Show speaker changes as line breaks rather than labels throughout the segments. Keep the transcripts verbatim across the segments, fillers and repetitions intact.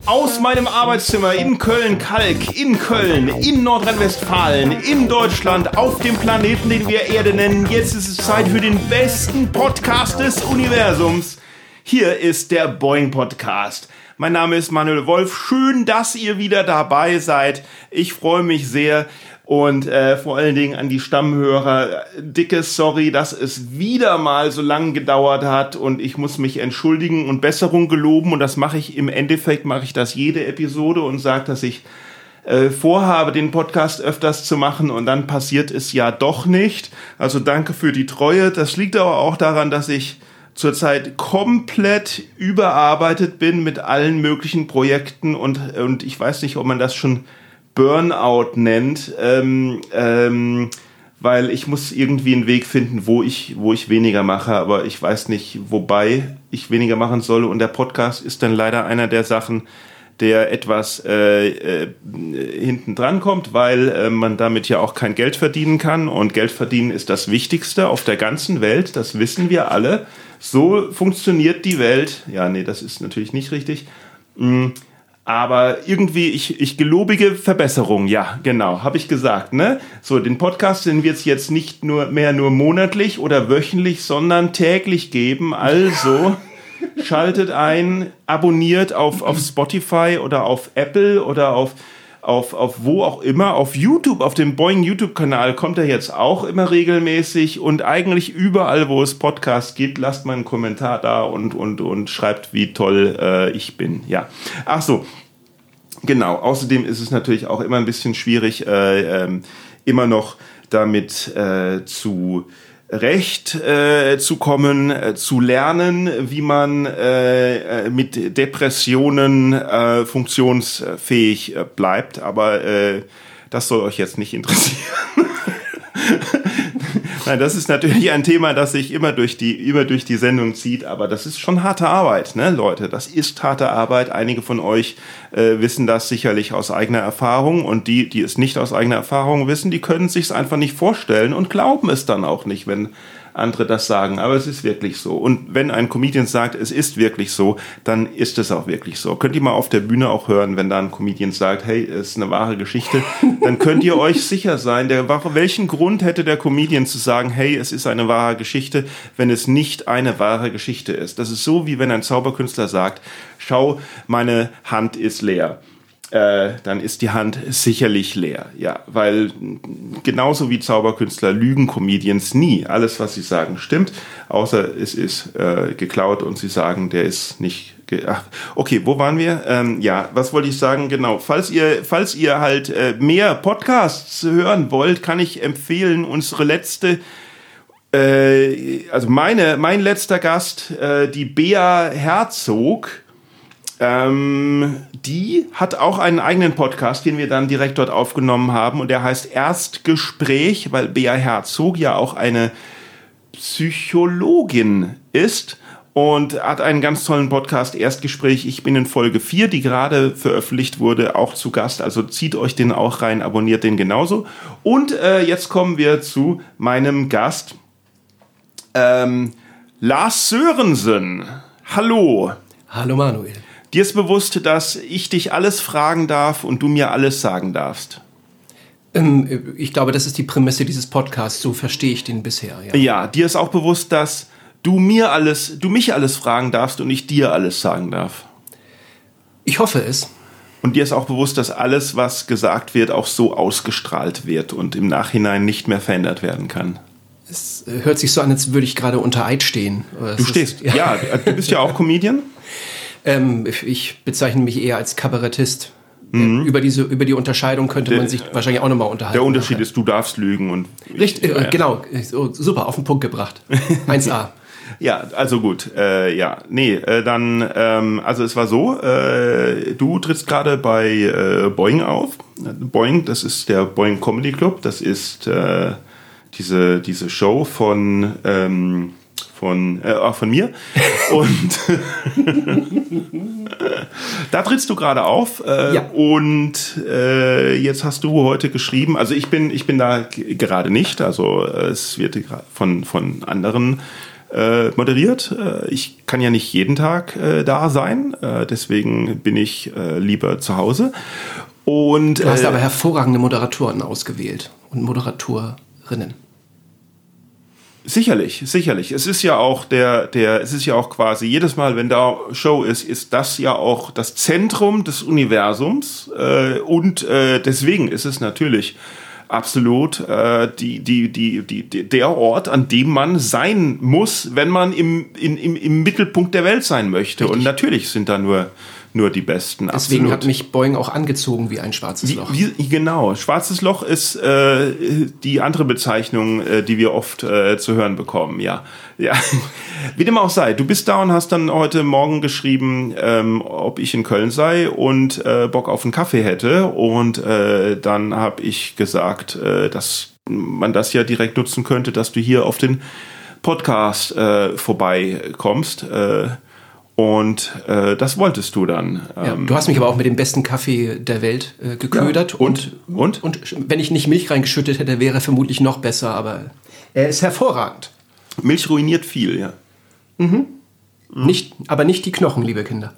Aus meinem Arbeitszimmer in Köln-Kalk, in Köln, in Nordrhein-Westfalen, in Deutschland, auf dem Planeten, den wir Erde nennen. Jetzt ist es Zeit für den besten Podcast des Universums. Hier ist der Boing Podcast. Mein Name ist Manuel Wolf. Schön, dass ihr wieder dabei seid. Ich freue mich sehr. Und äh, vor allen Dingen an die Stammhörer, dickes Sorry, dass es wieder mal so lange gedauert hat und ich muss mich entschuldigen und Besserung geloben und das mache ich im Endeffekt, mache ich das jede Episode und sage, dass ich äh, vorhabe, den Podcast öfters zu machen und dann passiert es ja doch nicht. Also danke für die Treue. Das liegt aber auch daran, dass ich zurzeit komplett überarbeitet bin mit allen möglichen Projekten und, und ich weiß nicht, ob man das schon Burnout nennt, ähm, ähm, weil ich muss irgendwie einen Weg finden, wo ich, wo ich weniger mache, aber ich weiß nicht, wobei ich weniger machen soll und der Podcast ist dann leider einer der Sachen, der etwas äh, äh, hinten dran kommt, weil äh, man damit ja auch kein Geld verdienen kann und Geld verdienen ist das Wichtigste auf der ganzen Welt, das wissen wir alle. So funktioniert die Welt. Ja, nee, das ist natürlich nicht richtig. Mhm. Aber irgendwie, ich, ich gelobige Verbesserung, ja, genau, habe ich gesagt, ne? So, den Podcast, den wird es jetzt nicht nur mehr nur monatlich oder wöchentlich, sondern täglich geben. Also schaltet ein, abonniert auf, auf Spotify oder auf Apple oder auf, auf, auf wo auch immer. Auf YouTube, auf dem Boing YouTube-Kanal kommt er jetzt auch immer regelmäßig. Und eigentlich überall, wo es Podcasts gibt, lasst mal einen Kommentar da und, und, und schreibt, wie toll äh, ich bin. Ja, ach so. Genau, außerdem ist es natürlich auch immer ein bisschen schwierig, äh, ähm, immer noch damit äh, zu Recht äh, zu kommen, äh, zu lernen, wie man äh, mit Depressionen äh, funktionsfähig äh, bleibt. Aber äh, das soll euch jetzt nicht interessieren. Nein, das ist natürlich ein Thema, das sich immer durch die, immer durch die Sendung zieht, aber das ist schon harte Arbeit, ne, Leute? Das ist harte Arbeit. Einige von euch äh, wissen das sicherlich aus eigener Erfahrung und die, die es nicht aus eigener Erfahrung wissen, die können es sich einfach nicht vorstellen und glauben es dann auch nicht, wenn andere das sagen, aber es ist wirklich so. Und wenn ein Comedian sagt, es ist wirklich so, dann ist es auch wirklich so. Könnt ihr mal auf der Bühne auch hören, wenn da ein Comedian sagt, hey, es ist eine wahre Geschichte, dann könnt ihr euch sicher sein, der, welchen Grund hätte der Comedian zu sagen, hey, es ist eine wahre Geschichte, wenn es nicht eine wahre Geschichte ist. Das ist so, wie wenn ein Zauberkünstler sagt, schau, meine Hand ist leer. Äh, dann ist die Hand sicherlich leer. Ja, weil genauso wie Zauberkünstler lügen Comedians nie. Alles, was sie sagen, stimmt, außer es ist äh, geklaut und sie sagen, der ist nicht... Ge- Ach, okay, wo waren wir? Ähm, ja, was wollte ich sagen? Genau, falls ihr, falls ihr halt äh, mehr Podcasts hören wollt, kann ich empfehlen, unsere letzte... Äh, also meine, mein letzter Gast, äh, die Bea Herzog... Ähm, die hat auch einen eigenen Podcast, den wir dann direkt dort aufgenommen haben und der heißt Erstgespräch, weil Bea Herzog ja auch eine Psychologin ist und hat einen ganz tollen Podcast, Erstgespräch. Ich bin in Folge vier, die gerade veröffentlicht wurde, auch zu Gast, also zieht euch den auch rein, abonniert den genauso. Und äh, jetzt kommen wir zu meinem Gast, ähm, Lars Sörensen. Hallo.
Hallo Manuel.
Dir ist bewusst, dass ich dich alles fragen darf und du mir alles sagen darfst?
Ähm, ich glaube, das ist die Prämisse dieses Podcasts. So verstehe ich den bisher. Ja.
Ja, dir ist auch bewusst, dass du mir alles, du mich alles fragen darfst und ich dir alles sagen darf.
Ich hoffe es.
Und dir ist auch bewusst, dass alles, was gesagt wird, auch so ausgestrahlt wird und im Nachhinein nicht mehr verändert werden kann.
Es hört sich so an, als würde ich gerade unter Eid stehen.
Es du stehst, ist, ja. ja, du bist ja auch Comedian.
Ähm, ich bezeichne mich eher als Kabarettist. Mhm. Über diese, über die Unterscheidung könnte der, man sich wahrscheinlich auch nochmal unterhalten.
Der Unterschied nachher. Ist, du darfst lügen und...
Richtig, ich, äh, ja. Genau, so, super, auf den Punkt gebracht. eins a.
Ja, also gut, äh, ja, nee, äh, dann, ähm, also es war so, äh, du trittst gerade bei äh, Boing auf. Boing, das ist der Boing Comedy Club, das ist äh, diese, diese Show von... Ähm, Von, äh, auch von mir. Und da trittst du gerade auf. Äh,
ja.
Und äh, jetzt hast du heute geschrieben, also ich bin, ich bin da g- gerade nicht, also äh, es wird von, von anderen äh, moderiert. Äh, ich kann ja nicht jeden Tag äh, da sein, äh, deswegen bin ich äh, lieber zu Hause. Und,
du hast
äh,
aber hervorragende Moderatoren ausgewählt und Moderatorinnen.
Sicherlich, sicherlich. Es ist ja auch der, der, es ist ja auch quasi jedes Mal, wenn da Show ist, ist das ja auch das Zentrum des Universums äh, und äh, deswegen ist es natürlich absolut äh, die, die, die, die, der Ort, an dem man sein muss, wenn man im, in, im, im Mittelpunkt der Welt sein möchte. Richtig. Und natürlich sind da nur Nur die Besten.
Deswegen
absolut.
Hat mich Boeing auch angezogen wie ein schwarzes Loch.
Wie, wie, genau, schwarzes Loch ist äh, die andere Bezeichnung, äh, die wir oft äh, zu hören bekommen. Ja, ja. Wie dem auch sei, du bist da und hast dann heute Morgen geschrieben, ähm, ob ich in Köln sei und äh, Bock auf einen Kaffee hätte. Und äh, dann habe ich gesagt, äh, dass man das ja direkt nutzen könnte, dass du hier auf den Podcast äh, vorbeikommst. Äh, Und äh, das wolltest du dann.
Ja, du hast mich aber auch mit dem besten Kaffee der Welt äh, geködert.
Ja, und,
und? Und wenn ich nicht Milch reingeschüttet hätte, wäre er vermutlich noch besser. Aber er ist hervorragend.
Milch ruiniert viel, ja.
Mhm. Mhm. Nicht, aber nicht die Knochen, liebe Kinder.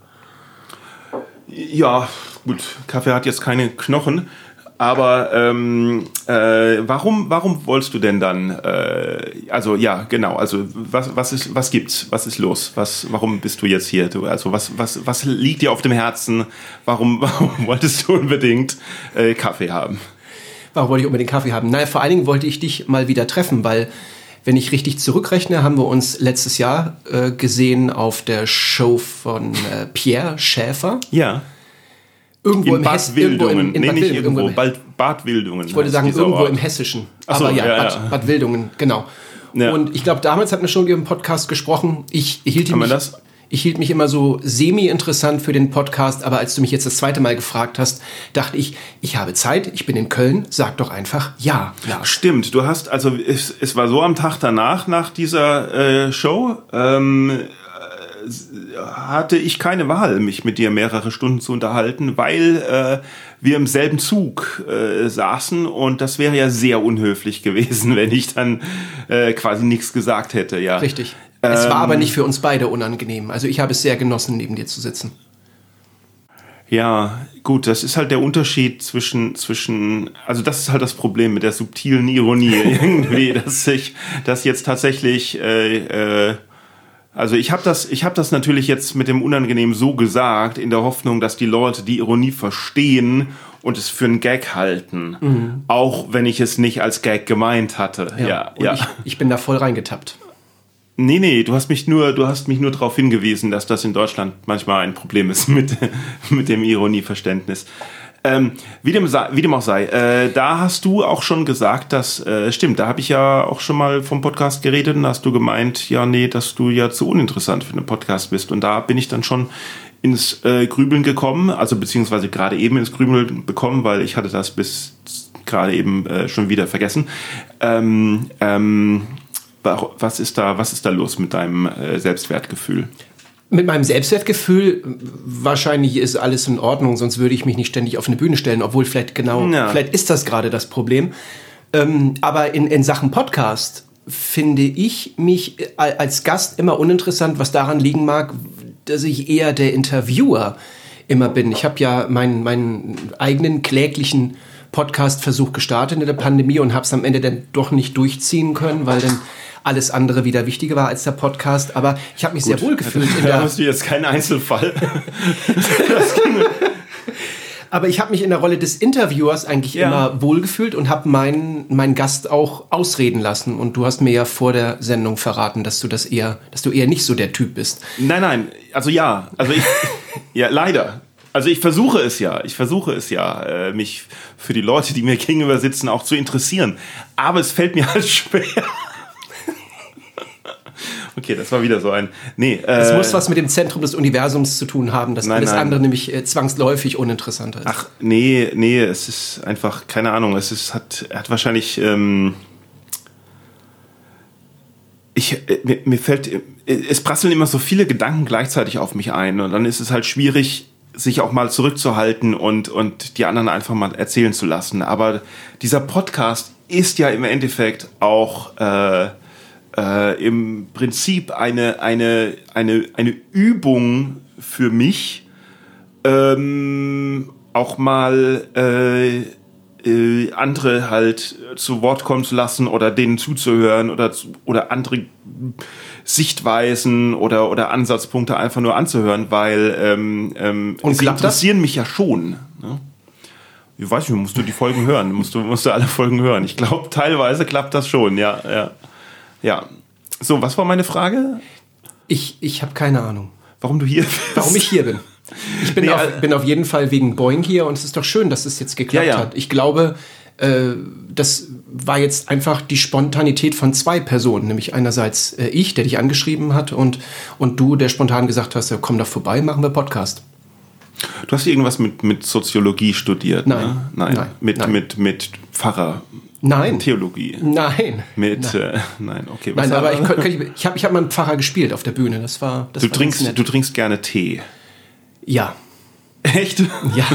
Ja, gut. Kaffee hat jetzt keine Knochen. Aber ähm, äh, warum, warum wolltest du denn dann, äh, also ja, genau, also was, was ist, was gibt's, was ist los, was, warum bist du jetzt hier, du, also was, was, was liegt dir auf dem Herzen, warum, warum wolltest du unbedingt äh, Kaffee haben?
Warum wollte ich unbedingt Kaffee haben? Naja, vor allen Dingen wollte ich dich mal wieder treffen, weil, wenn ich richtig zurückrechne, haben wir uns letztes Jahr äh, gesehen auf der Show von äh, Pierre Schäfer.
Ja.
Irgendwo
in
im
Bad
Hess-
Wildungen.
Irgendwo in, in
nee,
Bad
nicht
Wildungen,
irgendwo, Bad, Bad Wildungen.
Ich wollte sagen, irgendwo
Ort.
im Hessischen.
Ach so,
aber ja,
ja,
Bad,
ja.
Bad Wildungen, genau.
Ja.
Und ich glaube, damals hatten wir schon über den Podcast gesprochen. Ich hielt,
Haben
mich,
wir das?
ich hielt mich immer so semi-interessant für den Podcast, aber als du mich jetzt das zweite Mal gefragt hast, dachte ich, ich habe Zeit, ich bin in Köln, sag doch einfach ja. ja.
Stimmt, du hast, also es, es war so am Tag danach, nach dieser äh, Show, ähm, hatte ich keine Wahl, mich mit dir mehrere Stunden zu unterhalten, weil äh, wir im selben Zug äh, saßen und das wäre ja sehr unhöflich gewesen, wenn ich dann äh, quasi nichts gesagt hätte. Ja.
Richtig. Es war aber nicht für uns beide unangenehm. Also ich habe es sehr genossen, neben dir zu sitzen.
Ja, gut, das ist halt der Unterschied zwischen, zwischen, also das ist halt das Problem mit der subtilen Ironie irgendwie, dass ich das jetzt tatsächlich äh, äh, Also ich habe das, ich habe das natürlich jetzt mit dem Unangenehm so gesagt, in der Hoffnung, dass die Leute die Ironie verstehen und es für einen Gag halten, mhm. auch wenn ich es nicht als Gag gemeint hatte. Ja, ja. ja.
Ich, ich bin da voll reingetappt.
Nee, nee, du hast mich nur, du hast mich nur darauf hingewiesen, dass das in Deutschland manchmal ein Problem ist mit, mit dem Ironieverständnis. Ähm, wie, dem, wie dem auch sei, äh, da hast du auch schon gesagt, dass, äh, stimmt, da habe ich ja auch schon mal vom Podcast geredet und hast du gemeint, ja, nee, dass du ja zu uninteressant für einen Podcast bist. Und da bin ich dann schon ins äh, Grübeln gekommen, also beziehungsweise gerade eben ins Grübeln bekommen, weil ich hatte das bis gerade eben äh, schon wieder vergessen. Ähm, ähm, was ist da, was ist da los mit deinem äh, Selbstwertgefühl?
Mit meinem Selbstwertgefühl, wahrscheinlich ist alles in Ordnung, sonst würde ich mich nicht ständig auf eine Bühne stellen, obwohl vielleicht genau, ja. vielleicht ist das gerade das Problem. Ähm, aber in, in Sachen Podcast finde ich mich als Gast immer uninteressant, was daran liegen mag, dass ich eher der Interviewer immer bin. Ich habe ja meinen, meinen eigenen kläglichen Podcast-Versuch gestartet in der Pandemie und habe es am Ende dann doch nicht durchziehen können, weil dann alles andere wieder wichtiger war als der Podcast. Aber ich habe mich Gut. sehr wohl gefühlt. In
da hast du jetzt keinen Einzelfall.
Aber ich habe mich in der Rolle des Interviewers eigentlich ja. immer wohlgefühlt und habe meinen, meinen Gast auch ausreden lassen. Und du hast mir ja vor der Sendung verraten, dass du das eher, dass du eher nicht so der Typ bist.
Nein, nein, also ja. Also ich, ja, leider. Also ich versuche es ja, ich versuche es ja, äh, mich für die Leute, die mir gegenüber sitzen, auch zu interessieren. Aber es fällt mir halt schwer. Okay, das war wieder so ein... Nee, äh,
es muss was mit dem Zentrum des Universums zu tun haben, dass
nein,
alles
nein.
andere nämlich äh, zwangsläufig uninteressanter ist.
Ach, nee, nee, es ist einfach, keine Ahnung, es ist, hat, hat wahrscheinlich... Ähm, ich, äh, mir, mir fällt... Äh, es prasseln immer so viele Gedanken gleichzeitig auf mich ein und dann ist es halt schwierig, sich auch mal zurückzuhalten und, und die anderen einfach mal erzählen zu lassen. Aber dieser Podcast ist ja im Endeffekt auch... Äh, äh, im Prinzip eine, eine, eine, eine Übung für mich, ähm, auch mal äh, äh, andere halt zu Wort kommen zu lassen oder denen zuzuhören oder, oder andere Sichtweisen oder, oder Ansatzpunkte einfach nur anzuhören, weil ähm, ähm,
Und
sie interessieren das? mich ja schon. Ne? Ich weiß nicht, musst du die Folgen hören, musst du, musst du alle Folgen hören. Ich glaube, teilweise klappt das schon, ja, ja. Ja. So, was war meine Frage?
Ich, ich habe keine Ahnung.
Warum du hier bist?
Warum ich hier bin. Ich bin, nee, auf, bin auf jeden Fall wegen Boeing hier und es ist doch schön, dass es jetzt geklappt ja, ja. hat. Ich glaube, äh, das war jetzt einfach die Spontanität von zwei Personen, nämlich einerseits äh, ich, der dich angeschrieben hat und, und du, der spontan gesagt hast, ja, komm doch vorbei, machen wir Podcast.
Du hast irgendwas mit, mit Soziologie studiert,
nein.
ne? Nein. Nein. Mit, nein. Mit, mit Pfarrer.
Nein.
Theologie.
Nein.
Mit,
nein,
äh, nein okay. Was
nein, aber ich, ich, ich habe ich hab mal einen Pfarrer gespielt auf der Bühne. Das war, das
du,
war
trinkst, du trinkst gerne Tee.
Ja.
Echt?
Ja.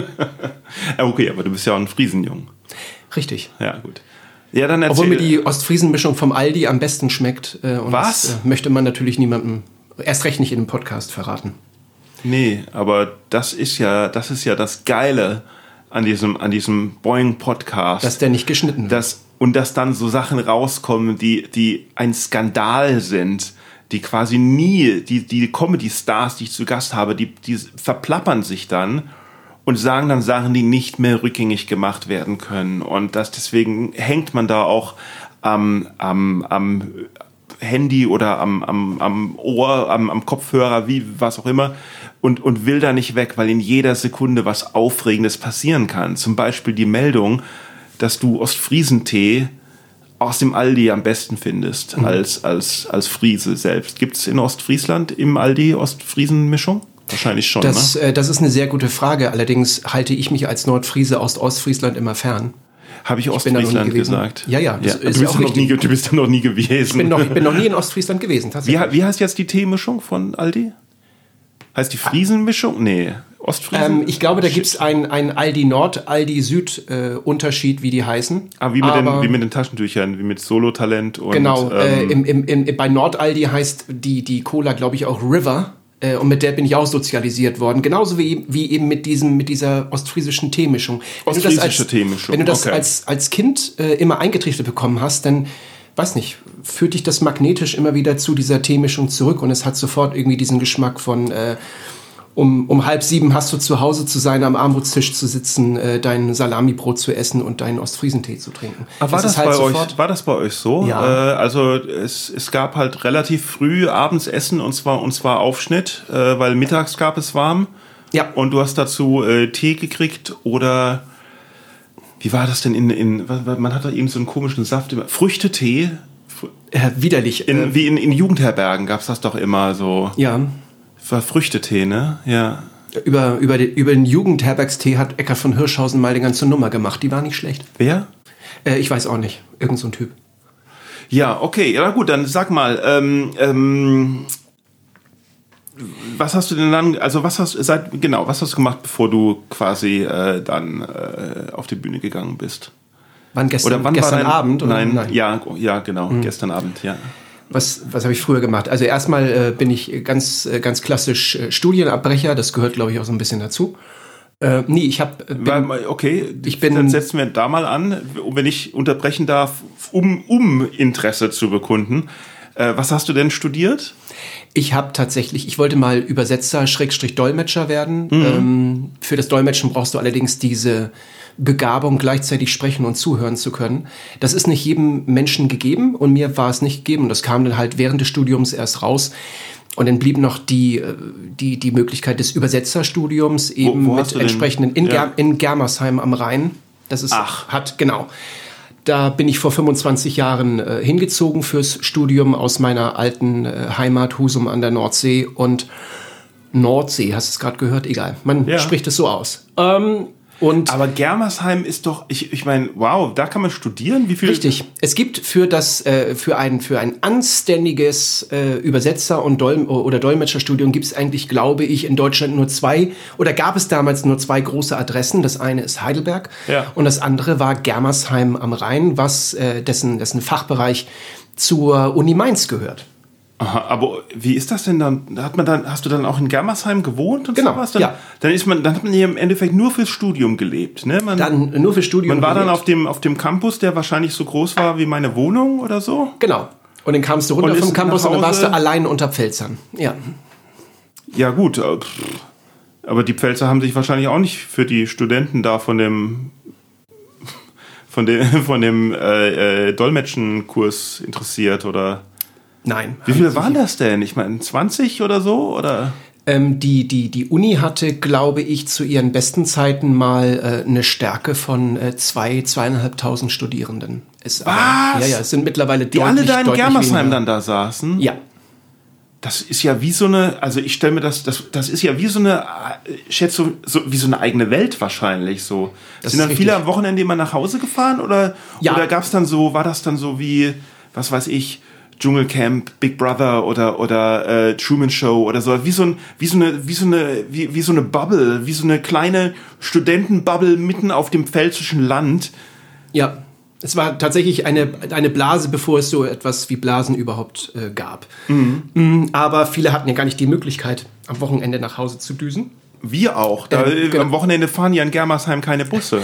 Okay, aber du bist ja auch ein Friesenjung.
Richtig.
Ja, gut. Ja, dann erzähl.
Obwohl mir die Ostfriesen-Mischung vom Aldi am besten schmeckt. Äh, und
Was?
Das äh, möchte man natürlich niemandem, erst recht nicht in einem Podcast verraten.
Nee, aber das ist ja, das ist ja das Geile an diesem, an diesem Boeing-Podcast.
Dass der nicht geschnitten wird.
Das, und dass dann so Sachen rauskommen, die, die ein Skandal sind, die quasi nie, die, die Comedy-Stars, die ich zu Gast habe, die, die verplappern sich dann und sagen dann Sachen, die nicht mehr rückgängig gemacht werden können. Und das, deswegen hängt man da auch am, am, am Handy oder am, am, am Ohr, am, am Kopfhörer, wie, was auch immer, und, und will da nicht weg, weil in jeder Sekunde was Aufregendes passieren kann. Zum Beispiel die Meldung, dass du Ostfriesentee aus dem Aldi am besten findest, mhm. als, als, als Friese selbst. Gibt es in Ostfriesland im Aldi Ostfriesen-Mischung? Wahrscheinlich schon,
das,
ne?
Äh, das ist eine sehr gute Frage. Allerdings halte ich mich als Nordfriese aus Ostfriesland immer fern.
Habe ich, ich Ostfriesland gesagt?
Ja, ja. Das
ja.
Ist
du, bist
auch
noch nie, du bist da noch nie gewesen.
Ich bin noch, ich bin noch nie in Ostfriesland gewesen, tatsächlich.
Wie, wie heißt jetzt die Teemischung von Aldi? Heißt die Friesenmischung? Nee, Ostfriesen?
Ähm, ich glaube, da gibt es einen Aldi Nord, Aldi Süd äh, Unterschied, wie die heißen.
Ah, wie mit, Aber, den, wie mit den Taschentüchern, wie mit Solo-Talent und...
Genau,
ähm,
äh, im, im, im, bei Nordaldi heißt die, die Cola, glaube ich, auch River. Äh, und mit der bin ich auch sozialisiert worden. Genauso wie, wie eben mit, diesem, mit dieser ostfriesischen Teemischung.
Ostfriesische Teemischung,
Wenn du das
okay.
als, als Kind äh, immer eingetrichtert bekommen hast, dann... weiß nicht, führt dich das magnetisch immer wieder zu dieser Teemischung zurück und es hat sofort irgendwie diesen Geschmack von äh, um, um halb sieben hast du zu Hause zu sein, am Armutstisch zu sitzen, äh, dein Salamibrot zu essen und deinen Ostfriesentee zu trinken.
Aber war das, das halt bei euch, war das bei euch so?
Ja.
Äh, also es, es gab halt relativ früh abends Essen und zwar, und zwar Aufschnitt, äh, weil mittags gab es warm.
Ja.
Und du hast dazu äh, Tee gekriegt oder... Wie war das denn in, in man hat da eben so einen komischen Saft, Früchtetee?
Äh, widerlich.
In,
äh,
wie in, in Jugendherbergen gab es das doch immer so.
Ja.
War Früchtetee, ne? Ja.
Über, über, den, über den Jugendherbergstee hat Eckart von Hirschhausen mal eine ganze Nummer gemacht. Die war nicht schlecht.
Wer?
Äh, ich weiß auch nicht. Irgend so ein Typ.
Ja, okay. Ja gut, dann sag mal, ähm, ähm, was hast du denn dann, also was hast seit genau, was hast du gemacht, bevor du quasi äh, dann äh, auf die Bühne gegangen bist?
Wann gestern,
oder wann
gestern
war dein,
Abend? Oder?
Nein, nein, ja, ja, genau, mhm. gestern Abend, ja.
Was, was habe ich früher gemacht? Also erstmal äh, bin ich ganz, äh, ganz klassisch äh, Studienabbrecher, das gehört, glaube ich, auch so ein bisschen dazu. Äh, nee, ich habe...
Äh, okay,
ich bin,
dann setzen wir da mal an, wenn ich unterbrechen darf, um, um Interesse zu bekunden. Äh, was hast du denn studiert?
Ich habe tatsächlich, ich wollte mal Übersetzer, Schrägstrich Dolmetscher werden.
Mhm.
Ähm, für das Dolmetschen brauchst du allerdings diese Begabung, gleichzeitig sprechen und zuhören zu können. Das ist nicht jedem Menschen gegeben und mir war es nicht gegeben. Und das kam dann halt während des Studiums erst raus. Und dann blieb noch die, die, die Möglichkeit des Übersetzerstudiums eben
wo, wo
mit entsprechenden in,
ja.
Ger- in Germersheim am Rhein. Das ist,
Ach.
hat, genau. Da bin ich vor fünfundzwanzig Jahren äh, hingezogen fürs Studium aus meiner alten äh, Heimat Husum an der Nordsee. Und Nordsee, hast du es gerade gehört? Egal, man
ja.
spricht es so aus. Ähm, und
Aber Germersheim ist doch, ich, ich meine, wow, da kann man studieren? Wie viel?
Richtig. Es gibt für das, äh, für ein, für ein anständiges äh, Übersetzer- und Dolm- oder Dolmetscherstudium gibt es eigentlich, glaube ich, in Deutschland nur zwei, oder gab es damals nur zwei große Adressen. Das eine ist Heidelberg
ja.
und das andere war Germersheim am Rhein, was äh, dessen, dessen Fachbereich zur Uni Mainz gehört.
Aha, aber wie ist das denn dann? Hat man dann, hast du dann auch in Germersheim gewohnt und
genau,
sowas? Dann,
ja.
dann ist man, dann hat man hier im Endeffekt nur fürs Studium gelebt, ne? Man,
dann nur fürs Studium.
Man war
gelebt.
dann auf dem, auf dem Campus, der wahrscheinlich so groß war wie meine Wohnung oder so?
Genau. Und dann kamst du runter vom Campus und dann warst du allein unter Pfälzern. Ja.
Ja gut, aber die Pfälzer haben sich wahrscheinlich auch nicht für die Studenten da von dem von dem, von dem äh, äh, Dolmetschenkurs interessiert, oder?
Nein.
Wie viele waren das denn? Ich meine, zwanzig oder so? Oder?
Ähm, die, die, die Uni hatte, glaube ich, zu ihren besten Zeiten mal äh, eine Stärke von äh, zwei, zweieinhalbtausend Studierenden. Es,
Was?
Aber, ja, ja, es sind mittlerweile
die
deutlich,
alle da in
deutlich
Germersheim
weniger.
dann da saßen?
Ja.
Das ist ja wie so eine, also ich stelle mir das, das, das ist ja wie so eine, ich schätze so, so wie so eine eigene Welt wahrscheinlich so.
Das
Sind dann
ist
viele
richtig.
am Wochenende immer nach Hause gefahren oder,
Ja.
oder gab es dann so, war das dann so wie, was weiß ich, Dschungelcamp, Big Brother oder oder äh, Truman Show oder so, wie so ein, wie so eine, wie so eine, wie, wie so eine Bubble, wie so eine kleine Studentenbubble mitten auf dem pfälzischen Land.
Ja. Es war tatsächlich eine, eine Blase, bevor es so etwas wie Blasen überhaupt äh, gab. Mhm. Aber viele hatten ja gar nicht die Möglichkeit, am Wochenende nach Hause zu düsen.
Wir auch. Da,
Ähm, genau.
Am Wochenende fahren ja in Germersheim keine Busse.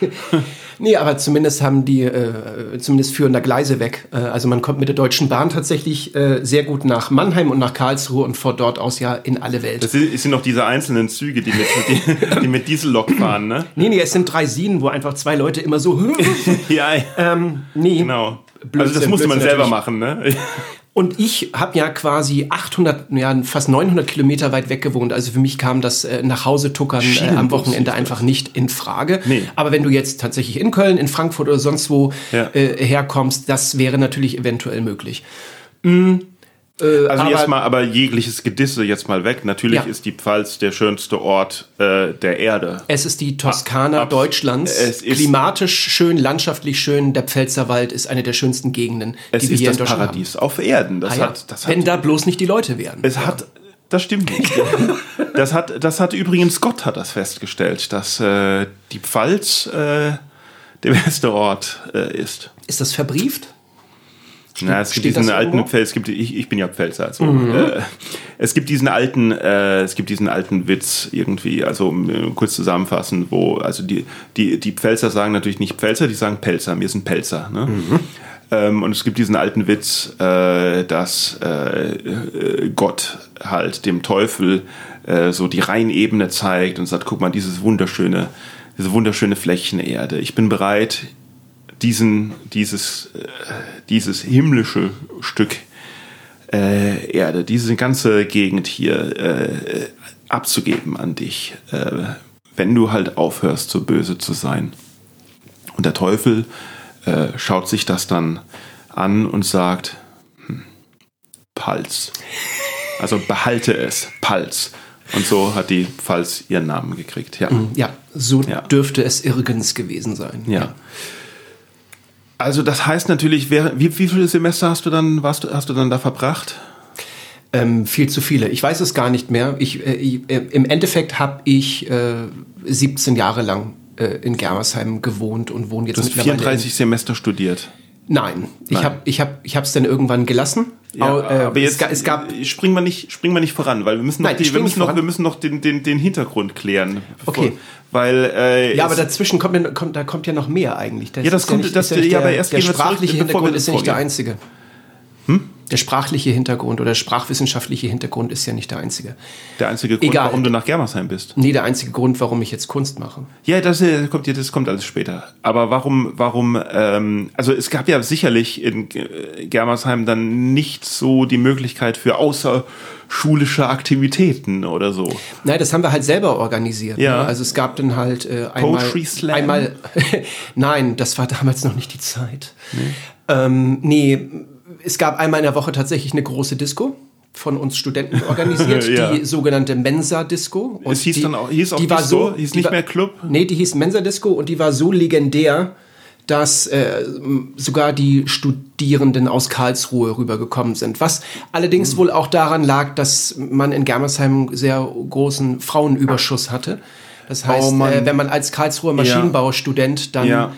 Nee, aber zumindest haben die, äh, zumindest führen da Gleise weg. Äh, also man kommt mit der Deutschen Bahn tatsächlich äh, sehr gut nach Mannheim und nach Karlsruhe und von dort aus ja in alle Welt.
Das sind noch diese einzelnen Züge, die mit, die, die mit Diesellok fahren, ne?
Nee, nee, es sind drei Sinen, wo einfach zwei Leute immer so...
Ja,
ähm, nee.
genau.
Blödsinn,
also das musste man
Blödsinn
selber
natürlich.
machen, ne?
Und ich habe ja quasi achthundert, ja fast neunhundert Kilometer weit weg gewohnt. Also für mich kam das äh, nach Hause tuckern äh, am Wochenende einfach nicht in Frage.
Nee.
Aber wenn du jetzt tatsächlich in Köln, in Frankfurt oder sonst wo
Ja.
äh, herkommst, das wäre natürlich eventuell möglich. Mm, äh,
Also
aber,
erstmal aber jegliches Gedisse jetzt mal weg. Natürlich
Ja.
ist die Pfalz der schönste Ort äh, der Erde.
Es ist die Toskana
Ab-
Deutschlands.
es ist-
Klimatisch schön, landschaftlich schön. Der Pfälzerwald ist eine der schönsten Gegenden,
Es
die wir
ist
hier
das
in Deutschland
Paradies auf Erden. Das
haben. Ah, ja.
hat, das
Wenn
hat,
da bloß nicht die Leute wären.
es hat, das stimmt nicht. das hat, das hat übrigens Gott hat das festgestellt, dass äh, die Pfalz äh, der beste Ort äh, ist.
Ist das verbrieft?
Na, es gibt
steht
diesen
das
alten
irgendwo?
Pfälzer, es gibt, ich, ich bin ja Pfälzer, also äh, es gibt diesen alten, äh, es gibt diesen alten Witz irgendwie, also um, äh, kurz zusammenfassen, wo, also die, die, die Pfälzer sagen natürlich nicht Pfälzer, die sagen Pelzer, wir sind Pelzer, ne? Ähm, und es gibt diesen alten Witz, äh, dass äh, äh, Gott halt dem Teufel äh, so die Rheinebene zeigt und sagt, guck mal, dieses wunderschöne, diese wunderschöne Flächen Erde, ich bin bereit, diesen, dieses, äh, dieses himmlische Stück äh, Erde, diese ganze Gegend hier äh, abzugeben an dich, äh, wenn du halt aufhörst, so böse zu sein. Und der Teufel äh, schaut sich das dann an und sagt, hm, Pfalz. Also behalte es, Pfalz. Und so hat die Pfalz ihren Namen gekriegt. Ja,
Ja, so
Ja.
dürfte es irgens gewesen sein.
ja. Also das heißt natürlich, wer, wie, wie viele Semester hast du dann, warst du, hast du dann da verbracht?
Ähm, viel zu viele. Ich weiß es gar nicht mehr. Ich, äh, ich, äh, im Endeffekt habe ich äh, siebzehn Jahre lang äh, in Germersheim gewohnt und wohne jetzt
Du hast
mittlerweile
vierunddreißig Semester studiert.
In, nein, ich
Nein.
habe ich hab, ich es dann irgendwann gelassen.
Ja,
Au- äh,
aber jetzt
es, ga, es gab
springen wir nicht, springen wir nicht voran, weil wir müssen noch,
Nein,
die, wir
spring
müssen
nicht
noch,
voran.
wir müssen noch den, den, den Hintergrund klären. bevor-
Okay.
Weil äh,
ja, aber
es-
dazwischen kommt, ja- kommt, da kommt ja noch mehr eigentlich.
Ja, das
ist
kommt-
nicht,
das-
ist nicht
ja,
der,
aber erst
der
gehen wir zurück,
sprachliche
bevor wir
Hintergrund
das
ist ja nicht der
vorgehen.
einzige. Der sprachliche Hintergrund oder sprachwissenschaftliche Hintergrund ist ja nicht der einzige.
der einzige Grund,
Egal.
warum du nach Germersheim bist.
Nee, der einzige Grund, warum ich jetzt Kunst mache.
Ja, das äh, kommt ja, das kommt alles später. Aber warum, warum? Ähm, also es gab ja sicherlich in äh, Germersheim dann nicht so die Möglichkeit für außerschulische Aktivitäten oder so.
Nein, das haben wir halt selber organisiert.
Ja.
Ne? Also es gab dann halt äh, einmal...
Poetry Slam?
einmal Nein, das war damals noch nicht die Zeit. Nee. Ähm, nee, es gab einmal in der Woche tatsächlich eine große Disco von uns Studenten organisiert,
Ja.
die sogenannte Mensa-Disco. Und
Es hieß
die,
dann auch, hieß auch
die war
Disco,
so,
hieß
die
nicht
war,
mehr Club.
Nee, die hieß Mensa-Disco und die war so legendär, dass äh, sogar die Studierenden aus Karlsruhe rübergekommen sind. Was allerdings mhm. wohl auch daran lag, dass man in Germersheim einen sehr großen Frauenüberschuss hatte. Das heißt,
Oh Mann.
äh, wenn man als Karlsruher Maschinenbaustudent dann
Ja.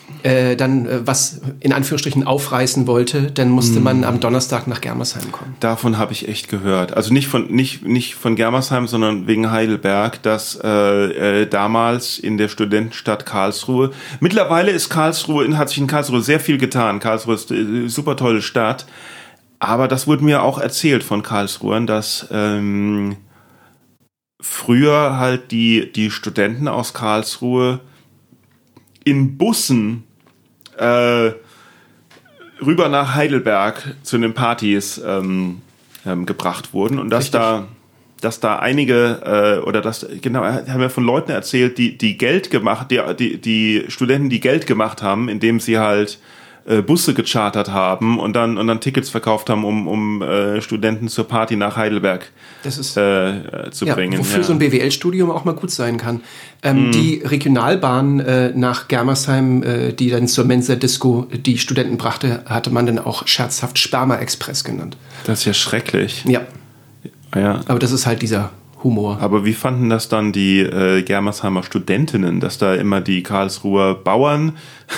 äh, dann äh, was in Anführungsstrichen aufreißen wollte, dann musste mm. man am Donnerstag nach Germersheim kommen.
Davon habe ich echt gehört. Also nicht von nicht nicht von Germersheim, sondern wegen Heidelberg, dass äh, äh, damals in der Studentenstadt Karlsruhe, mittlerweile ist Karlsruhe, hat sich in Karlsruhe sehr viel getan. Karlsruhe ist eine super tolle Stadt. Aber das wurde mir auch erzählt von Karlsruhern, dass ähm, früher halt die, die Studenten aus Karlsruhe in Bussen äh, rüber nach Heidelberg zu den Partys ähm, ähm, gebracht wurden. Und dass Richtig. da dass da einige, äh, oder das, genau, haben wir von Leuten erzählt, die, die Geld gemacht, die, die, die Studenten, die Geld gemacht haben, indem sie halt Busse gechartert haben und dann und dann Tickets verkauft haben, um um äh, Studenten zur Party nach Heidelberg
das ist,
äh, zu
ja,
bringen.
Wofür
ja.
so ein B W L-Studium auch mal gut sein kann. Ähm, mm. Die Regionalbahn äh, nach Germersheim, äh, die dann zur Mensa-Disco die Studenten brachte, hatte man dann auch scherzhaft Sperma-Express genannt.
Das ist ja schrecklich.
Ja.
ja.
Aber das ist halt dieser Humor.
Aber wie fanden das dann die äh, Germersheimer Studentinnen, dass da immer die Karlsruher Bauern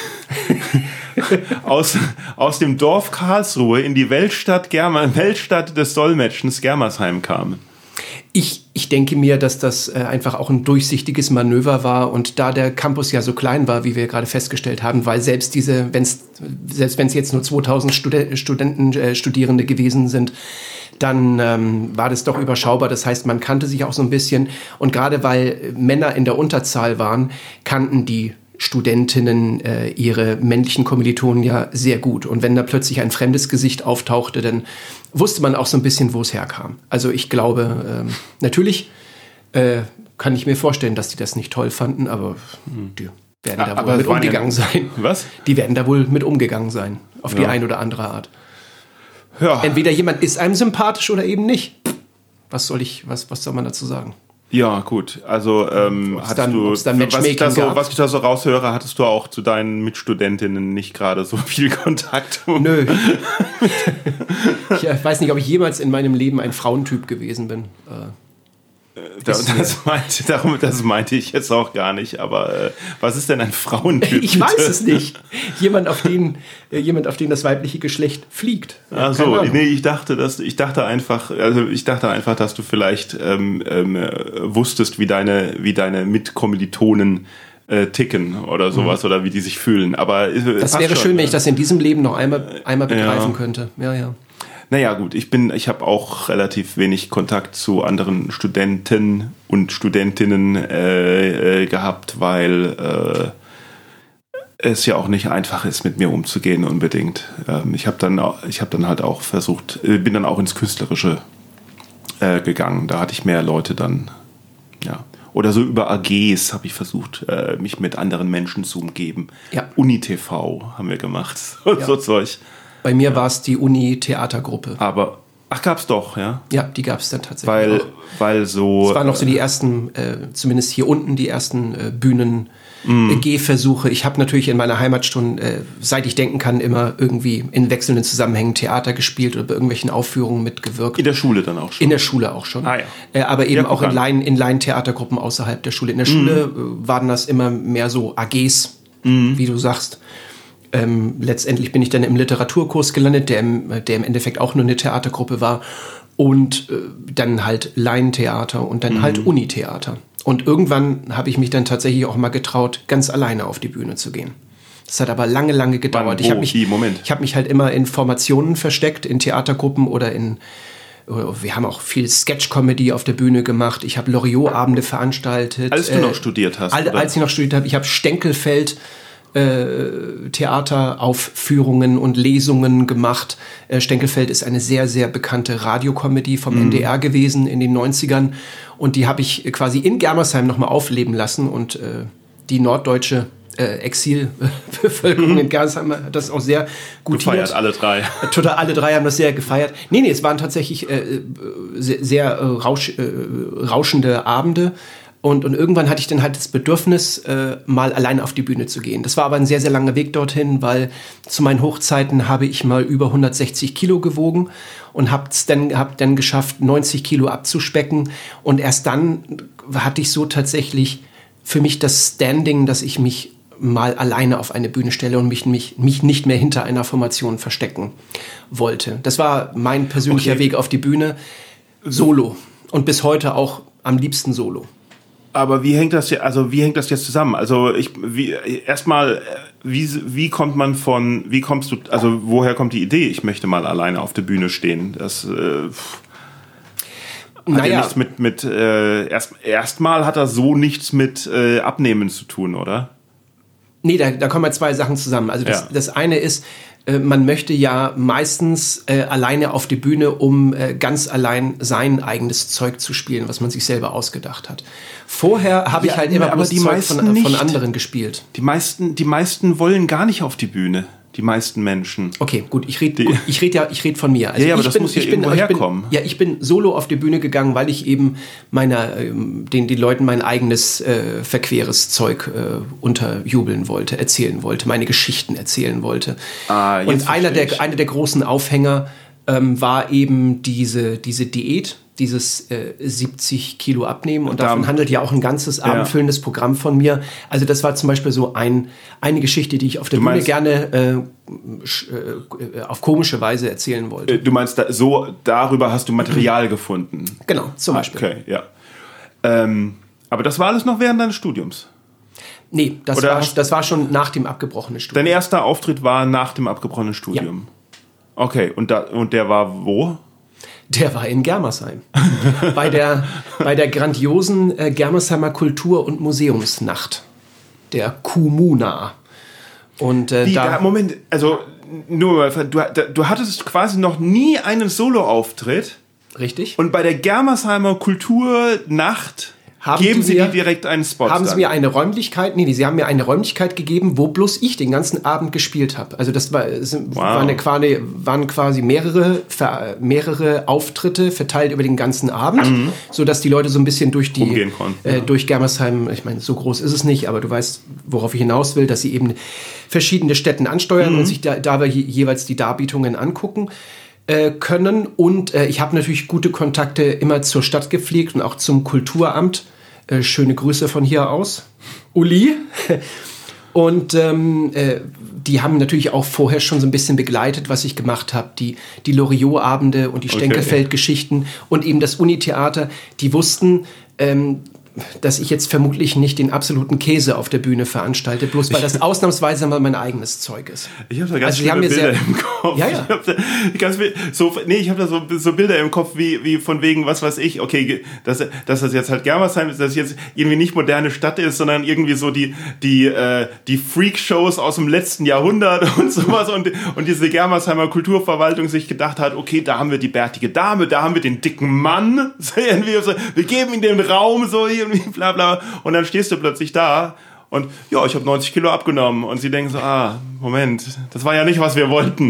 aus, aus dem Dorf Karlsruhe in die Weltstadt, Germa, Weltstadt des Dolmetschens Germersheim kamen?
Ich, ich denke mir, dass das äh, einfach auch ein durchsichtiges Manöver war und da der Campus ja so klein war, wie wir gerade festgestellt haben, weil selbst diese, wenn's, selbst wenn es jetzt nur zweitausend Stud- Studenten, äh, Studierende gewesen sind, dann ähm, war das doch überschaubar. Das heißt, man kannte sich auch so ein bisschen und gerade weil Männer in der Unterzahl waren, kannten die Studentinnen äh, ihre männlichen Kommilitonen ja sehr gut. Und wenn da plötzlich ein fremdes Gesicht auftauchte, dann wusste man auch so ein bisschen, wo es herkam. Also ich glaube, ähm, natürlich äh, kann ich mir vorstellen, dass die das nicht toll fanden, aber die werden da
aber
wohl mit umgegangen
ja,
sein.
Was?
Die werden da wohl mit umgegangen sein, auf ja. die eine oder andere Art.
Ja.
Entweder jemand ist einem sympathisch oder eben nicht. Was soll ich, was, was soll man dazu sagen?
Ja, gut. Also ähm, hattest
dann,
du,
dann
was ich, da so, was ich da so raushöre, hattest du auch zu deinen Mitstudentinnen nicht gerade so viel Kontakt?
Nö. Ich weiß nicht, ob ich jemals in meinem Leben ein Frauentyp gewesen bin. Äh,
das, das, meinte, darum, das meinte ich jetzt auch gar nicht. Aber äh, was ist denn ein Frauentyp?
Ich weiß es nicht. Jemand, auf den, äh, jemand, auf den das weibliche Geschlecht fliegt.
Ach so, nee, ich dachte, dass ich dachte einfach, also ich dachte einfach, dass du vielleicht ähm, ähm, wusstest, wie deine, wie deine Mitkommilitonen äh, ticken oder sowas mhm. oder wie die sich fühlen. Aber äh,
das wäre
schon,
schön, wenn ich das in diesem Leben noch einmal, einmal begreifen ja. könnte. Ja, ja.
Naja, gut, ich bin, ich habe auch relativ wenig Kontakt zu anderen Studenten und Studentinnen äh, äh, gehabt, weil äh, es ja auch nicht einfach ist, mit mir umzugehen unbedingt. Ähm, ich habe dann, ich habe dann halt auch versucht, äh, bin dann auch ins Künstlerische äh, gegangen. Da hatte ich mehr Leute dann, ja. Oder so über A Gs habe ich versucht, äh, mich mit anderen Menschen zu umgeben. Ja. Uni-T V haben wir gemacht, so, ja. so Zeug.
Bei mir ja. war es die Uni-Theatergruppe.
Aber, ach, gab's doch, ja?
Ja, die gab es dann tatsächlich
weil,
auch.
Weil so...
Es waren noch so die ersten, äh, zumindest hier unten, die ersten äh, Bühnen-Gehversuche. Mm. Ich habe natürlich in meiner Heimatstadt, äh, seit ich denken kann, immer irgendwie in wechselnden Zusammenhängen Theater gespielt oder bei irgendwelchen Aufführungen mitgewirkt.
In der Schule dann auch schon?
In der Schule auch schon.
Ah, ja.
äh, aber eben
ja,
auch in Laien, in Laientheatergruppen außerhalb der Schule. In der Schule mm. äh, waren das immer mehr so A Gs, mm. wie du sagst. Ähm, letztendlich bin ich dann im Literaturkurs gelandet, der im, der im Endeffekt auch nur eine Theatergruppe war. Und äh, dann halt Laientheater und dann mhm. halt Unitheater. Und irgendwann habe ich mich dann tatsächlich auch mal getraut, ganz alleine auf die Bühne zu gehen. Das hat aber lange, lange gedauert.
Wann, wo,
ich habe mich,
wie, Moment.
ich hab mich halt immer in Formationen versteckt, in Theatergruppen oder in... Wir haben auch viel Sketch-Comedy auf der Bühne gemacht. Ich habe Loriot-Abende veranstaltet.
Als du äh, noch studiert hast,
all, Als ich noch studiert habe. Ich habe Stenkelfeld... Äh, Theateraufführungen und Lesungen gemacht. Äh, Stenkelfeld ist eine sehr, sehr bekannte Radiokomödie vom mhm. N D R gewesen in den neunzigern und die habe ich quasi in Germersheim nochmal aufleben lassen und äh, die norddeutsche äh, Exilbevölkerung mhm. in Germersheim hat das auch sehr gut
gefeiert, alle drei.
Total, alle drei haben das sehr gefeiert. Nee, nee, es waren tatsächlich äh, sehr, sehr äh, rausch, äh, rauschende Abende. Und, und irgendwann hatte ich dann halt das Bedürfnis, äh, mal allein auf die Bühne zu gehen. Das war aber ein sehr, sehr langer Weg dorthin, weil zu meinen Hochzeiten habe ich mal über hundertsechzig Kilo gewogen und habe es dann, hab dann geschafft, neunzig Kilo abzuspecken. Und erst dann hatte ich so tatsächlich für mich das Standing, dass ich mich mal alleine auf eine Bühne stelle und mich, mich, mich nicht mehr hinter einer Formation verstecken wollte. Das war mein persönlicher okay. Weg auf die Bühne, solo. Und bis heute auch am liebsten solo.
Aber wie hängt das, also wie hängt das jetzt zusammen? Also ich, wie, erstmal, wie, wie kommt man von, wie kommst du, also woher kommt die Idee, ich möchte mal alleine auf der Bühne stehen? Das äh, hat naja. ja nichts mit, mit äh, erst erstmal hat das so nichts mit äh, Abnehmen zu tun, oder?
Nee, da, da kommen ja zwei Sachen zusammen. Also das, ja. das eine ist, äh, man möchte ja meistens äh, alleine auf die Bühne, um äh, ganz allein sein eigenes Zeug zu spielen, was man sich selber ausgedacht hat. Vorher habe ja, ich halt immer aber die Zeug von, von anderen gespielt.
Die meisten, die meisten wollen gar nicht auf die Bühne. Die meisten Menschen.
Okay, gut, ich rede ich red ja ich red von mir.
Also ja, ja, aber
ich
das
bin,
muss ja
ich
irgendwo
bin,
herkommen.
Ich bin, ja, ich bin solo auf die Bühne gegangen, weil ich eben meiner, den, den Leuten mein eigenes äh, verqueres Zeug äh, unterjubeln wollte, erzählen wollte, meine Geschichten erzählen wollte. Ah, jetzt Und einer der, einer der großen Aufhänger ähm, war eben diese, diese Diät, dieses äh, siebzig Kilo abnehmen. Und davon handelt ja auch ein ganzes abendfüllendes ja. Programm von mir. Also das war zum Beispiel so ein, eine Geschichte, die ich auf der du Bühne meinst, gerne äh, äh, auf komische Weise erzählen wollte.
Du meinst, da, so darüber hast du Material gefunden?
Genau, zum Beispiel.
Okay, ja. Ähm, aber das war alles noch während deines Studiums?
Nee, das, war, das war schon nach dem abgebrochenen Studium.
Dein erster Auftritt war nach dem abgebrochenen Studium? Ja. Okay, und, da, und der war wo?
Der war in Germersheim. bei, der, bei der grandiosen äh, Germersheimer Kultur- und Museumsnacht. Der Kumuna. Und äh,
Wie,
da,
da... Moment, also nur mal, du, du hattest quasi noch nie einen Solo-Auftritt.
Richtig.
Und bei der Germersheimer Kulturnacht... Haben Geben Sie mir, dir direkt einen Spot?
Haben
dann?
Sie mir eine Räumlichkeit? Nee, nee, Sie haben mir eine Räumlichkeit gegeben, wo bloß ich den ganzen Abend gespielt habe. Also das war, es wow. war eine, quasi, waren quasi mehrere, mehrere Auftritte verteilt über den ganzen Abend, mhm. sodass die Leute so ein bisschen durch die
Umgehen konnten,
äh,
ja.
durch Germersheim, ich meine, so groß ist es nicht, aber du weißt, worauf ich hinaus will, dass sie eben verschiedene Städten ansteuern mhm. und sich da, dabei jeweils die Darbietungen angucken können. Und äh, ich habe natürlich gute Kontakte immer zur Stadt gepflegt und auch zum Kulturamt. Äh, schöne Grüße von hier aus. Uli. Und ähm, äh, die haben natürlich auch vorher schon so ein bisschen begleitet, was ich gemacht habe. Die, die Loriot-Abende und die Stenkelfeld-Geschichten okay. und eben das Unitheater. Die wussten, ähm, dass ich jetzt vermutlich nicht den absoluten Käse auf der Bühne veranstalte, bloß weil das ausnahmsweise mal mein eigenes Zeug ist.
Ich habe da ganz also, viele Bilder
sehr,
im Kopf.
Ja, ja.
Ich habe da ganz viel, so, nee, ich habe da so, so Bilder im Kopf wie, wie von wegen, was weiß ich, okay, dass, dass das jetzt halt Germersheim ist, dass es jetzt irgendwie nicht moderne Stadt ist, sondern irgendwie so die, die, äh, die Freak-Shows aus dem letzten Jahrhundert und sowas und, und diese Germersheimer Kulturverwaltung sich gedacht hat, okay, da haben wir die bärtige Dame, da haben wir den dicken Mann, so irgendwie so, wir geben ihm den Raum, so irgendwie bla bla, und dann stehst du plötzlich da und ja, ich habe neunzig Kilo abgenommen und sie denken so, ah, Moment, das war ja nicht, was wir wollten.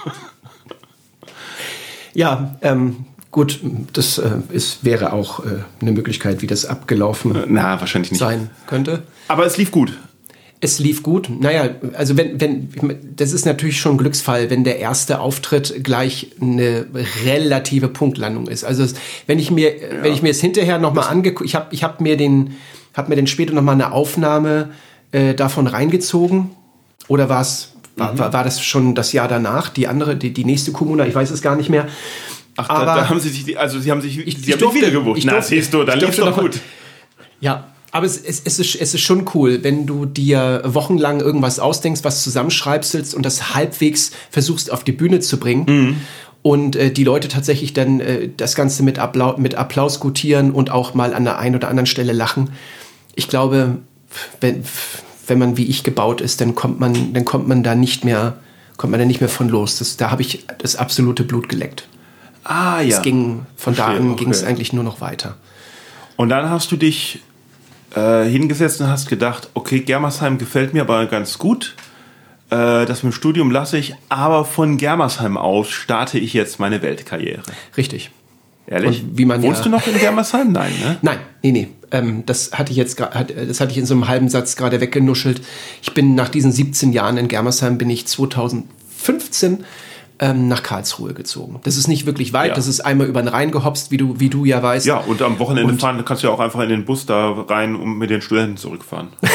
Ja, ähm, gut, das äh, ist, wäre auch äh, eine Möglichkeit, wie das abgelaufen
Na, wahrscheinlich nicht.
sein könnte.
Aber es lief gut.
Es lief gut. Naja, also wenn, wenn, das ist natürlich schon ein Glücksfall, wenn der erste Auftritt gleich eine relative Punktlandung ist. Also es, wenn ich mir, ja. wenn ich mir es hinterher nochmal angeguckt, ich habe, ich habe mir den, habe mir den später nochmal eine Aufnahme äh, davon reingezogen. Oder war es, war, mhm. war, war das schon das Jahr danach? Die andere, die, die nächste Kommuna, ich weiß es gar nicht mehr.
Ach, aber da, da haben sie sich, also sie haben sich,
ich,
sie
ich
haben
durfte,
wieder gewusst.
Na, siehst du,
dann lief's doch gut.
Ja. Aber es, es, es, ist, es ist schon cool, wenn du dir wochenlang irgendwas ausdenkst, was zusammenschreibst und das halbwegs versuchst auf die Bühne zu bringen mhm. und äh, die Leute tatsächlich dann äh, das Ganze mit, Appla- mit Applaus gutieren und auch mal an der einen oder anderen Stelle lachen. Ich glaube, wenn, wenn man wie ich gebaut ist, dann kommt man, dann kommt man da nicht mehr, kommt man da nicht mehr von los. Das, da habe ich das absolute Blut geleckt.
Ah ja.
Es ging, von
Verstehe,
da an
okay.
ging es eigentlich nur noch weiter.
Und dann hast du dich Äh, hingesetzt und hast gedacht, okay, Germersheim gefällt mir aber ganz gut, äh, das mit dem Studium lasse ich, aber von Germersheim aus starte ich jetzt meine Weltkarriere.
Richtig.
Ehrlich?
Und wie man
Wohnst
ja,
du noch in Germersheim? Nein, ne?
Nein, nee, nee. Ähm, das hatte ich jetzt gra- hat, das hatte ich in so einem halben Satz gerade weggenuschelt. Ich bin nach diesen siebzehn Jahren in Germersheim, bin ich zweitausendfünfzehn ähm, nach Karlsruhe gezogen. Das ist nicht wirklich weit, ja. Das ist einmal über den Rhein gehopst, wie du, wie du ja weißt.
Ja, und am Wochenende und fahren kannst du ja auch einfach in den Bus da rein und mit den Studenten zurückfahren.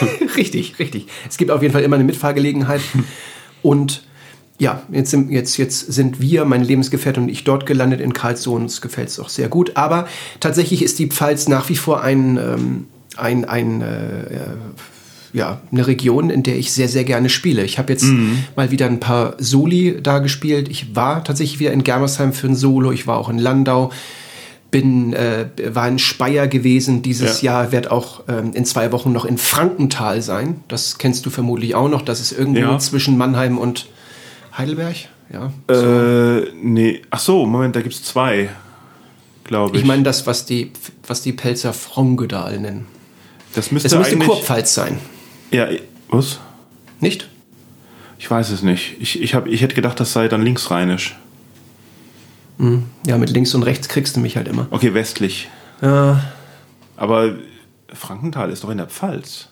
Richtig, richtig. Es gibt auf jeden Fall immer eine Mitfahrgelegenheit. Und ja, jetzt sind, jetzt, jetzt sind wir, meine Lebensgefährtin und ich, dort gelandet in Karlsruhe. Uns gefällt es auch sehr gut. Aber tatsächlich ist die Pfalz nach wie vor ein, ähm, ein, ein äh, ja, eine Region, in der ich sehr, sehr gerne spiele. Ich habe jetzt mhm. mal wieder ein paar Soli da gespielt. Ich war tatsächlich wieder in Germersheim für ein Solo. Ich war auch in Landau. Bin, äh, war in Speyer gewesen dieses ja. Jahr, werde auch ähm, in zwei Wochen noch in Frankenthal sein. Das kennst du vermutlich auch noch. Das ist irgendwo ja. zwischen Mannheim und Heidelberg. Ja,
so. äh, nee. Ach so, Moment, da gibt es zwei, glaube ich.
Ich meine das, was die, was die Pelzer Frongedal nennen.
Das müsste,
das müsste
eigentlich
Kurpfalz sein.
Ja, was?
Nicht?
Ich weiß es nicht. Ich, ich, hab, ich hätte gedacht, das sei dann linksrheinisch.
Ja, mit links und rechts kriegst du mich halt immer.
Okay, westlich.
Ja.
Aber Frankenthal ist doch in der Pfalz.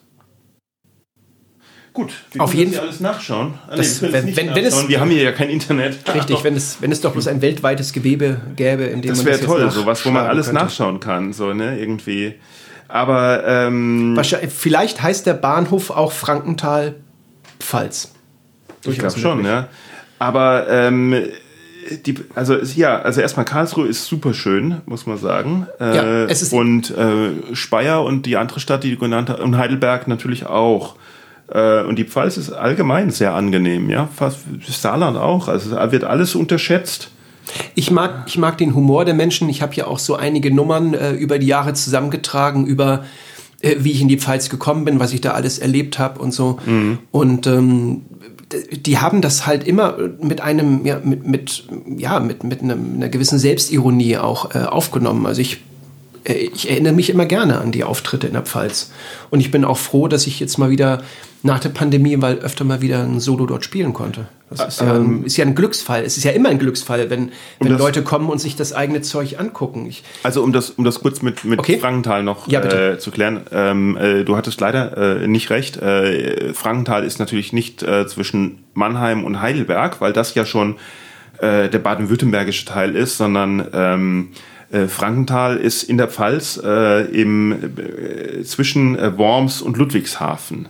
Gut, wir
auf jeden Fall
alles nachschauen. Ah,
das,
nee,
wenn,
nicht
wenn,
nachschauen.
wenn es,
wir haben hier ja kein Internet.
Richtig, wenn es, wenn es doch bloß ein weltweites Gewebe gäbe, in dem
das
man
wäre
das
toll, sowas, wo man alles
könnte.
nachschauen kann, so ne, irgendwie. Aber ähm,
wahrscheinlich, vielleicht heißt der Bahnhof auch Frankenthal Pfalz.
Ich glaube schon, ja. Aber ähm, die, also ja, also erstmal Karlsruhe ist super schön, muss man sagen. Äh,
ja, es ist
und äh, Speyer und die andere Stadt, die du genannt hast, und Heidelberg natürlich auch. Äh, und die Pfalz ist allgemein sehr angenehm, ja. Fast Saarland auch. Also wird alles unterschätzt.
Ich mag, ich mag den Humor der Menschen. Ich habe ja auch so einige Nummern äh, über die Jahre zusammengetragen, über äh, wie ich in die Pfalz gekommen bin, was ich da alles erlebt habe und so. Mhm. Und ähm, die haben das halt immer mit einem, ja, mit, mit, ja, mit, mit einem, einer gewissen Selbstironie auch äh, aufgenommen. Also ich, äh, ich erinnere mich immer gerne an die Auftritte in der Pfalz. Und ich bin auch froh, dass ich jetzt mal wieder nach der Pandemie, weil öfter mal wieder ein Solo dort spielen konnte. Das ist ja, ähm, ist ja ein Glücksfall. Es ist ja immer ein Glücksfall, wenn, wenn Leute kommen und sich das eigene Zeug angucken. Ich,
also um das, um das kurz mit, mit okay. Frankenthal noch ja, äh, zu klären. Ähm, äh, du hattest leider äh, nicht recht. Äh, Frankenthal ist natürlich nicht äh, zwischen Mannheim und Heidelberg, weil das ja schon äh, der baden-württembergische Teil ist, sondern ähm, äh, Frankenthal ist in der Pfalz äh, im, äh, zwischen äh, Worms und Ludwigshafen.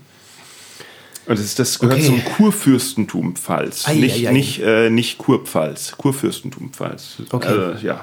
Und das, das gehört okay. zum Kurfürstentum Pfalz, ei, nicht, ei, ei. Nicht, äh, nicht Kurpfalz, Kurfürstentum Pfalz.
Okay.
Also, ja.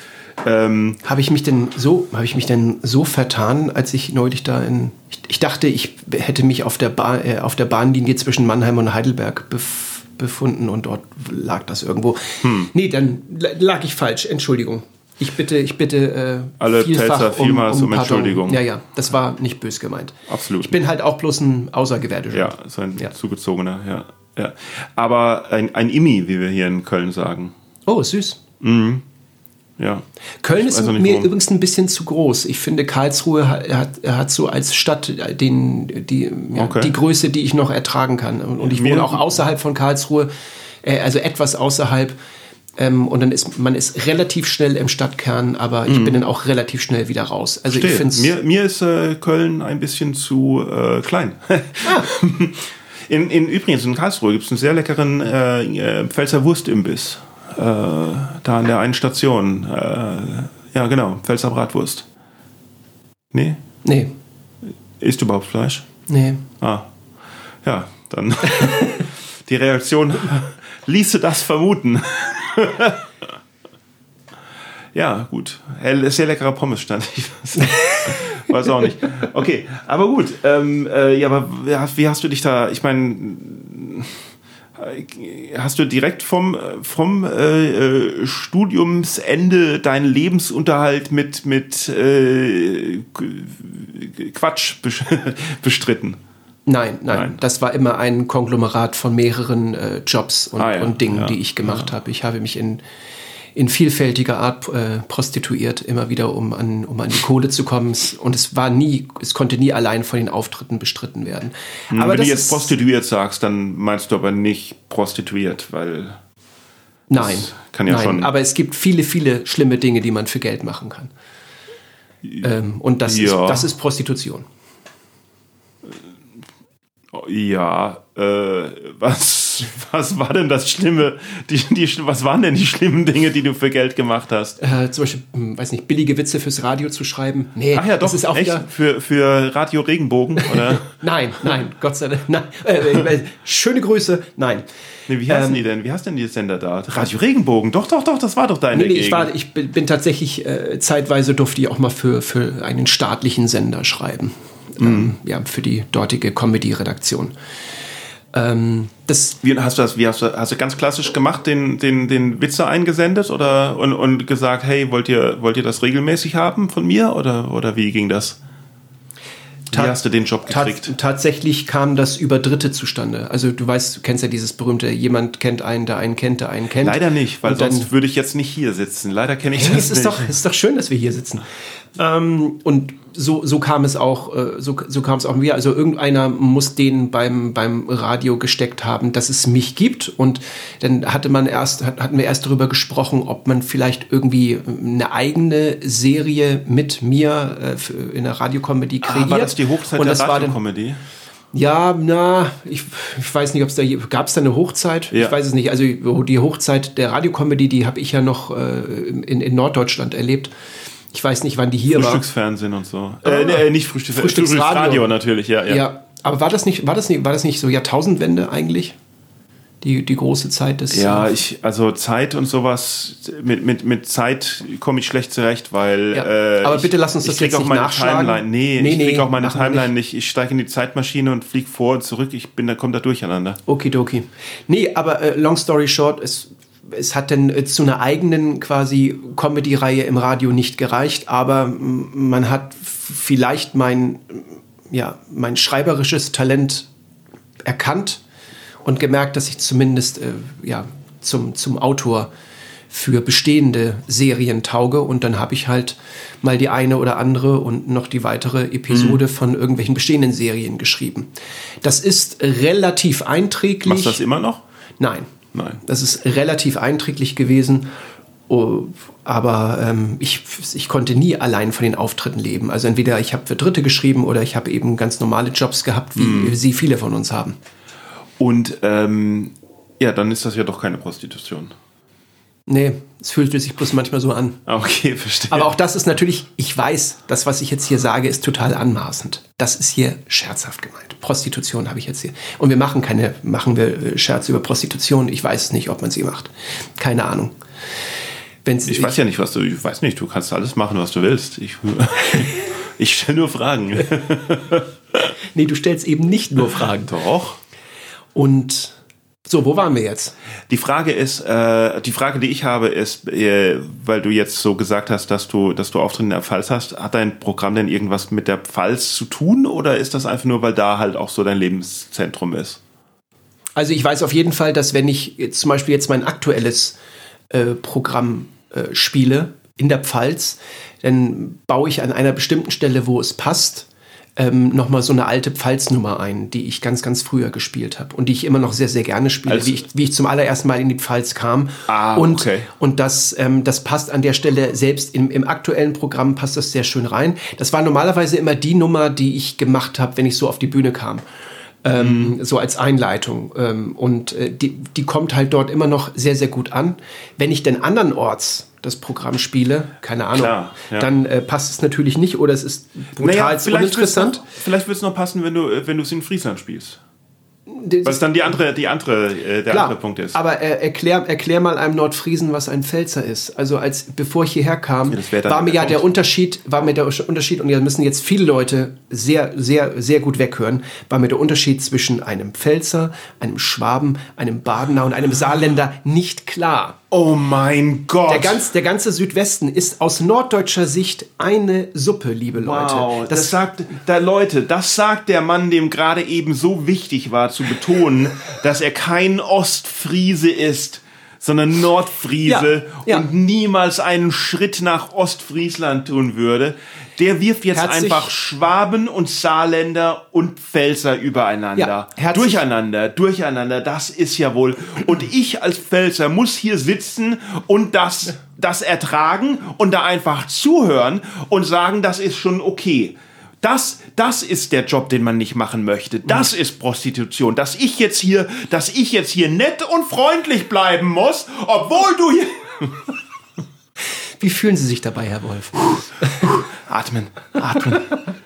Ähm,
habe ich mich denn so, habe ich mich denn so vertan, als ich neulich da in, ich, ich dachte, ich hätte mich auf der Bahn, äh, auf der Bahnlinie zwischen Mannheim und Heidelberg bef, befunden und dort lag das irgendwo. Hm. Nee, dann lag ich falsch. Entschuldigung. Ich bitte, ich bitte äh,
alle Pelzer vielmals um, um, um Entschuldigung.
Ja, ja, das war nicht bös gemeint.
Absolut.
Ich bin halt auch bloß ein Außergewehrter.
Ja, so ein ja. zugezogener, ja, ja. Aber ein, ein Immi, wie wir hier in Köln sagen.
Oh, süß.
Mhm. Ja.
Köln ist mir warum. übrigens ein bisschen zu groß. Ich finde, Karlsruhe hat, hat, hat so als Stadt den, die, ja, okay. die Größe, die ich noch ertragen kann. Und, und ich wohne auch außerhalb von Karlsruhe, äh, also etwas außerhalb. Ähm, und dann ist man ist relativ schnell im Stadtkern, aber ich mm. bin dann auch relativ schnell wieder raus. Also ich find's
mir, mir ist äh, Köln ein bisschen zu äh, klein. ah. in, in, übrigens, in Karlsruhe gibt es einen sehr leckeren äh, Pfälzer Wurstimbiss. Äh, da an der einen Station. Äh, ja, genau, Pfälzer Bratwurst. Nee?
Nee.
Isst du überhaupt Fleisch?
Nee.
Ah. Ja, dann die Reaktion ließe das vermuten. Ja, gut. Sehr leckerer Pommesstand. Ich weiß auch nicht. Okay, aber gut. Ähm, äh, ja, aber wie hast du dich da, ich meine, hast du direkt vom, vom äh, Studiumsende deinen Lebensunterhalt mit, mit äh, Quatsch bestritten?
Nein, nein, nein. Das war immer ein Konglomerat von mehreren äh, Jobs und, ah, ja. und Dingen, ja. die ich gemacht ja. habe. Ich habe mich in, in vielfältiger Art äh, prostituiert, immer wieder, um an, um an die Kohle zu kommen. Und es war nie, es konnte nie allein von den Auftritten bestritten werden.
Hm,
aber
wenn
das
du jetzt prostituiert sagst, dann meinst du aber nicht prostituiert, weil
nein,
kann ja
nein,
schon.
Aber es gibt viele, viele schlimme Dinge, die man für Geld machen kann. Ähm, und das, ja. ist, das ist Prostitution.
Ja, äh, was was, was war denn das Schlimme? Die, die, was waren denn die schlimmen Dinge, die du für Geld gemacht hast?
Äh, zum Beispiel, weiß nicht, billige Witze fürs Radio zu schreiben. Nee,
Ach ja, doch,
das ist auch
echt?
wieder
Für, für Radio Regenbogen, oder?
Nein, nein, Gott sei Dank. Nein. Äh, äh, schöne Grüße, nein.
Nee, wie heißen ähm, die denn? Wie heißt denn die Sender da? Radio Regenbogen. Doch, doch, doch, das war doch deine
nee, nee,
Gegend.
Ich, war, ich bin tatsächlich, äh, zeitweise durfte ich auch mal für, für einen staatlichen Sender schreiben. Mhm. Ähm, ja, für die dortige Comedy-Redaktion. Ähm, das
wie hast du das? Wie hast du, hast du ganz klassisch gemacht, den, den, den Witze eingesendet oder und, und gesagt, hey, wollt ihr, wollt ihr das regelmäßig haben von mir oder, oder wie ging das? Wie Ta- hast du den Job gekriegt?
Ta- tatsächlich kam das über Dritte zustande. Also du weißt, du kennst ja dieses berühmte, jemand kennt einen, der einen kennt, der einen kennt.
Leider nicht, weil dann, sonst würde ich jetzt nicht hier sitzen. Leider kenne ich
hey,
das
es ist
nicht.
Doch, es ist doch schön, dass wir hier sitzen. Ähm, und so, so kam es auch, äh, so, so kam es auch mir. Also irgendeiner muss den beim, beim Radio gesteckt haben, dass es mich gibt. Und dann hatte man erst, hat, hatten wir erst darüber gesprochen, ob man vielleicht irgendwie eine eigene Serie mit mir äh, für, in der Radiocomedy kreiert.
Ah, war das die Hochzeit
und
der
das
Radiocomedy?
Ja, na, ich, ich weiß nicht, ob es da gab es da eine Hochzeit? Ja. Ich weiß es nicht. Also die Hochzeit der Radiocomedy, die habe ich ja noch äh, in, in Norddeutschland erlebt. Ich weiß nicht, wann die hier war.
Frühstücksfernsehen und so. Ah. Äh, nee, nicht Frühstücksfernsehen.
Frühstücksradio.
Frühstücksradio natürlich, ja, ja.
Ja, aber war das nicht, war das nicht, war das nicht so Jahrtausendwende eigentlich? Die, die große Zeit des...
Ja, ich, also Zeit und sowas, mit, mit, mit Zeit komme ich schlecht zurecht, weil...
Ja,
äh,
aber
ich,
bitte lass uns das jetzt
auch
nicht
meine
nachschlagen.
Timeline. Nee,
nee
ich kriege
nee,
auch meine Timeline nicht. nicht. Ich steige in die Zeitmaschine und fliege vor und zurück. Ich bin, da kommt da durcheinander.
Okidoki. Nee, aber äh, long story short, es... Es hat dann äh, zu einer eigenen quasi Comedy-Reihe im Radio nicht gereicht, aber m- man hat f- vielleicht mein, ja, mein schreiberisches Talent erkannt und gemerkt, dass ich zumindest äh, ja, zum, zum Autor für bestehende Serien tauge. Und dann habe ich halt mal die eine oder andere und noch die weitere Episode mhm. von irgendwelchen bestehenden Serien geschrieben. Das ist relativ einträglich.
Machst du das immer noch?
Nein.
Nein.
Das ist relativ einträglich gewesen, oh, aber ähm, ich, ich konnte nie allein von den Auftritten leben. Also entweder ich habe für Dritte geschrieben oder ich habe eben ganz normale Jobs gehabt, wie mm. sie viele von uns haben.
Und ähm, ja, dann ist das ja doch keine Prostitution.
Nee, es fühlte sich bloß manchmal so an.
Okay, verstehe.
Aber auch das ist natürlich, ich weiß, das, was ich jetzt hier sage, ist total anmaßend. Das ist hier scherzhaft gemeint. Prostitution habe ich jetzt hier. Und wir machen keine, machen wir Scherze über Prostitution. Ich weiß nicht, ob man sie macht. Keine Ahnung. Wenn's,
ich, ich weiß ja nicht, was du, ich weiß nicht, du kannst alles machen, was du willst. Ich, ich stelle nur Fragen.
Nee, du stellst eben nicht nur Fragen.
Doch.
Und so, wo waren wir jetzt?
Die Frage ist, äh, die Frage, die ich habe, ist, äh, weil du jetzt so gesagt hast, dass du, dass du Auftritte in der Pfalz hast, hat dein Programm denn irgendwas mit der Pfalz zu tun oder ist das einfach nur, weil da halt auch so dein Lebenszentrum ist?
Also ich weiß auf jeden Fall, dass wenn ich jetzt zum Beispiel jetzt mein aktuelles äh, Programm äh, spiele in der Pfalz, dann baue ich an einer bestimmten Stelle, wo es passt, Ähm, nochmal so eine alte Pfalznummer ein, die ich ganz, ganz früher gespielt habe und die ich immer noch sehr, sehr gerne spiele, also, wie, ich, wie ich zum allerersten Mal in die Pfalz kam.
Ah,
und,
okay.
Und das, ähm, das passt an der Stelle, selbst im, im aktuellen Programm passt das sehr schön rein. Das war normalerweise immer die Nummer, die ich gemacht habe, wenn ich so auf die Bühne kam. Ähm, mhm. So als Einleitung. Ähm, und äh, die, die kommt halt dort immer noch sehr, sehr gut an. Wenn ich denn andernorts das Programm spiele, keine Ahnung,
Klar, ja.
dann äh, passt es natürlich nicht oder es ist brutal
naja, vielleicht
uninteressant.
Noch, vielleicht wird es noch passen, wenn du wenn du es in Friesland spielst. Weil es dann die andere, die andere, äh, der
Klar,
andere Punkt ist.
Aber äh, erklär, erklär mal einem Nordfriesen, was ein Pfälzer ist. Also als bevor ich hierher kam, ja, war mir ja der Unterschied, war mir der Unterschied, und da müssen jetzt viele Leute sehr, sehr, sehr gut weghören, war mir der Unterschied zwischen einem Pfälzer, einem Schwaben, einem Badener und einem Saarländer nicht klar.
Oh mein Gott!
Der, ganz, der ganze Südwesten ist aus norddeutscher Sicht eine Suppe, liebe Leute.
Wow, das, das sagt, da Leute, das sagt der Mann, dem gerade eben so wichtig war zu betonen, dass er kein Ostfriese ist, sondern Nordfriese
ja, ja.
und niemals einen Schritt nach Ostfriesland tun würde. Der wirft jetzt herzlich, einfach Schwaben und Saarländer und Pfälzer übereinander. Ja, durcheinander, durcheinander, das ist ja wohl. Und ich als Pfälzer muss hier sitzen und das, das ertragen und da einfach zuhören und sagen, das ist schon okay. Das, das ist der Job, den man nicht machen möchte. Das mhm. ist Prostitution. Dass ich jetzt hier, dass ich jetzt hier nett und freundlich bleiben muss, obwohl du hier...
Wie fühlen Sie sich dabei, Herr Wolf?
Atmen, atmen.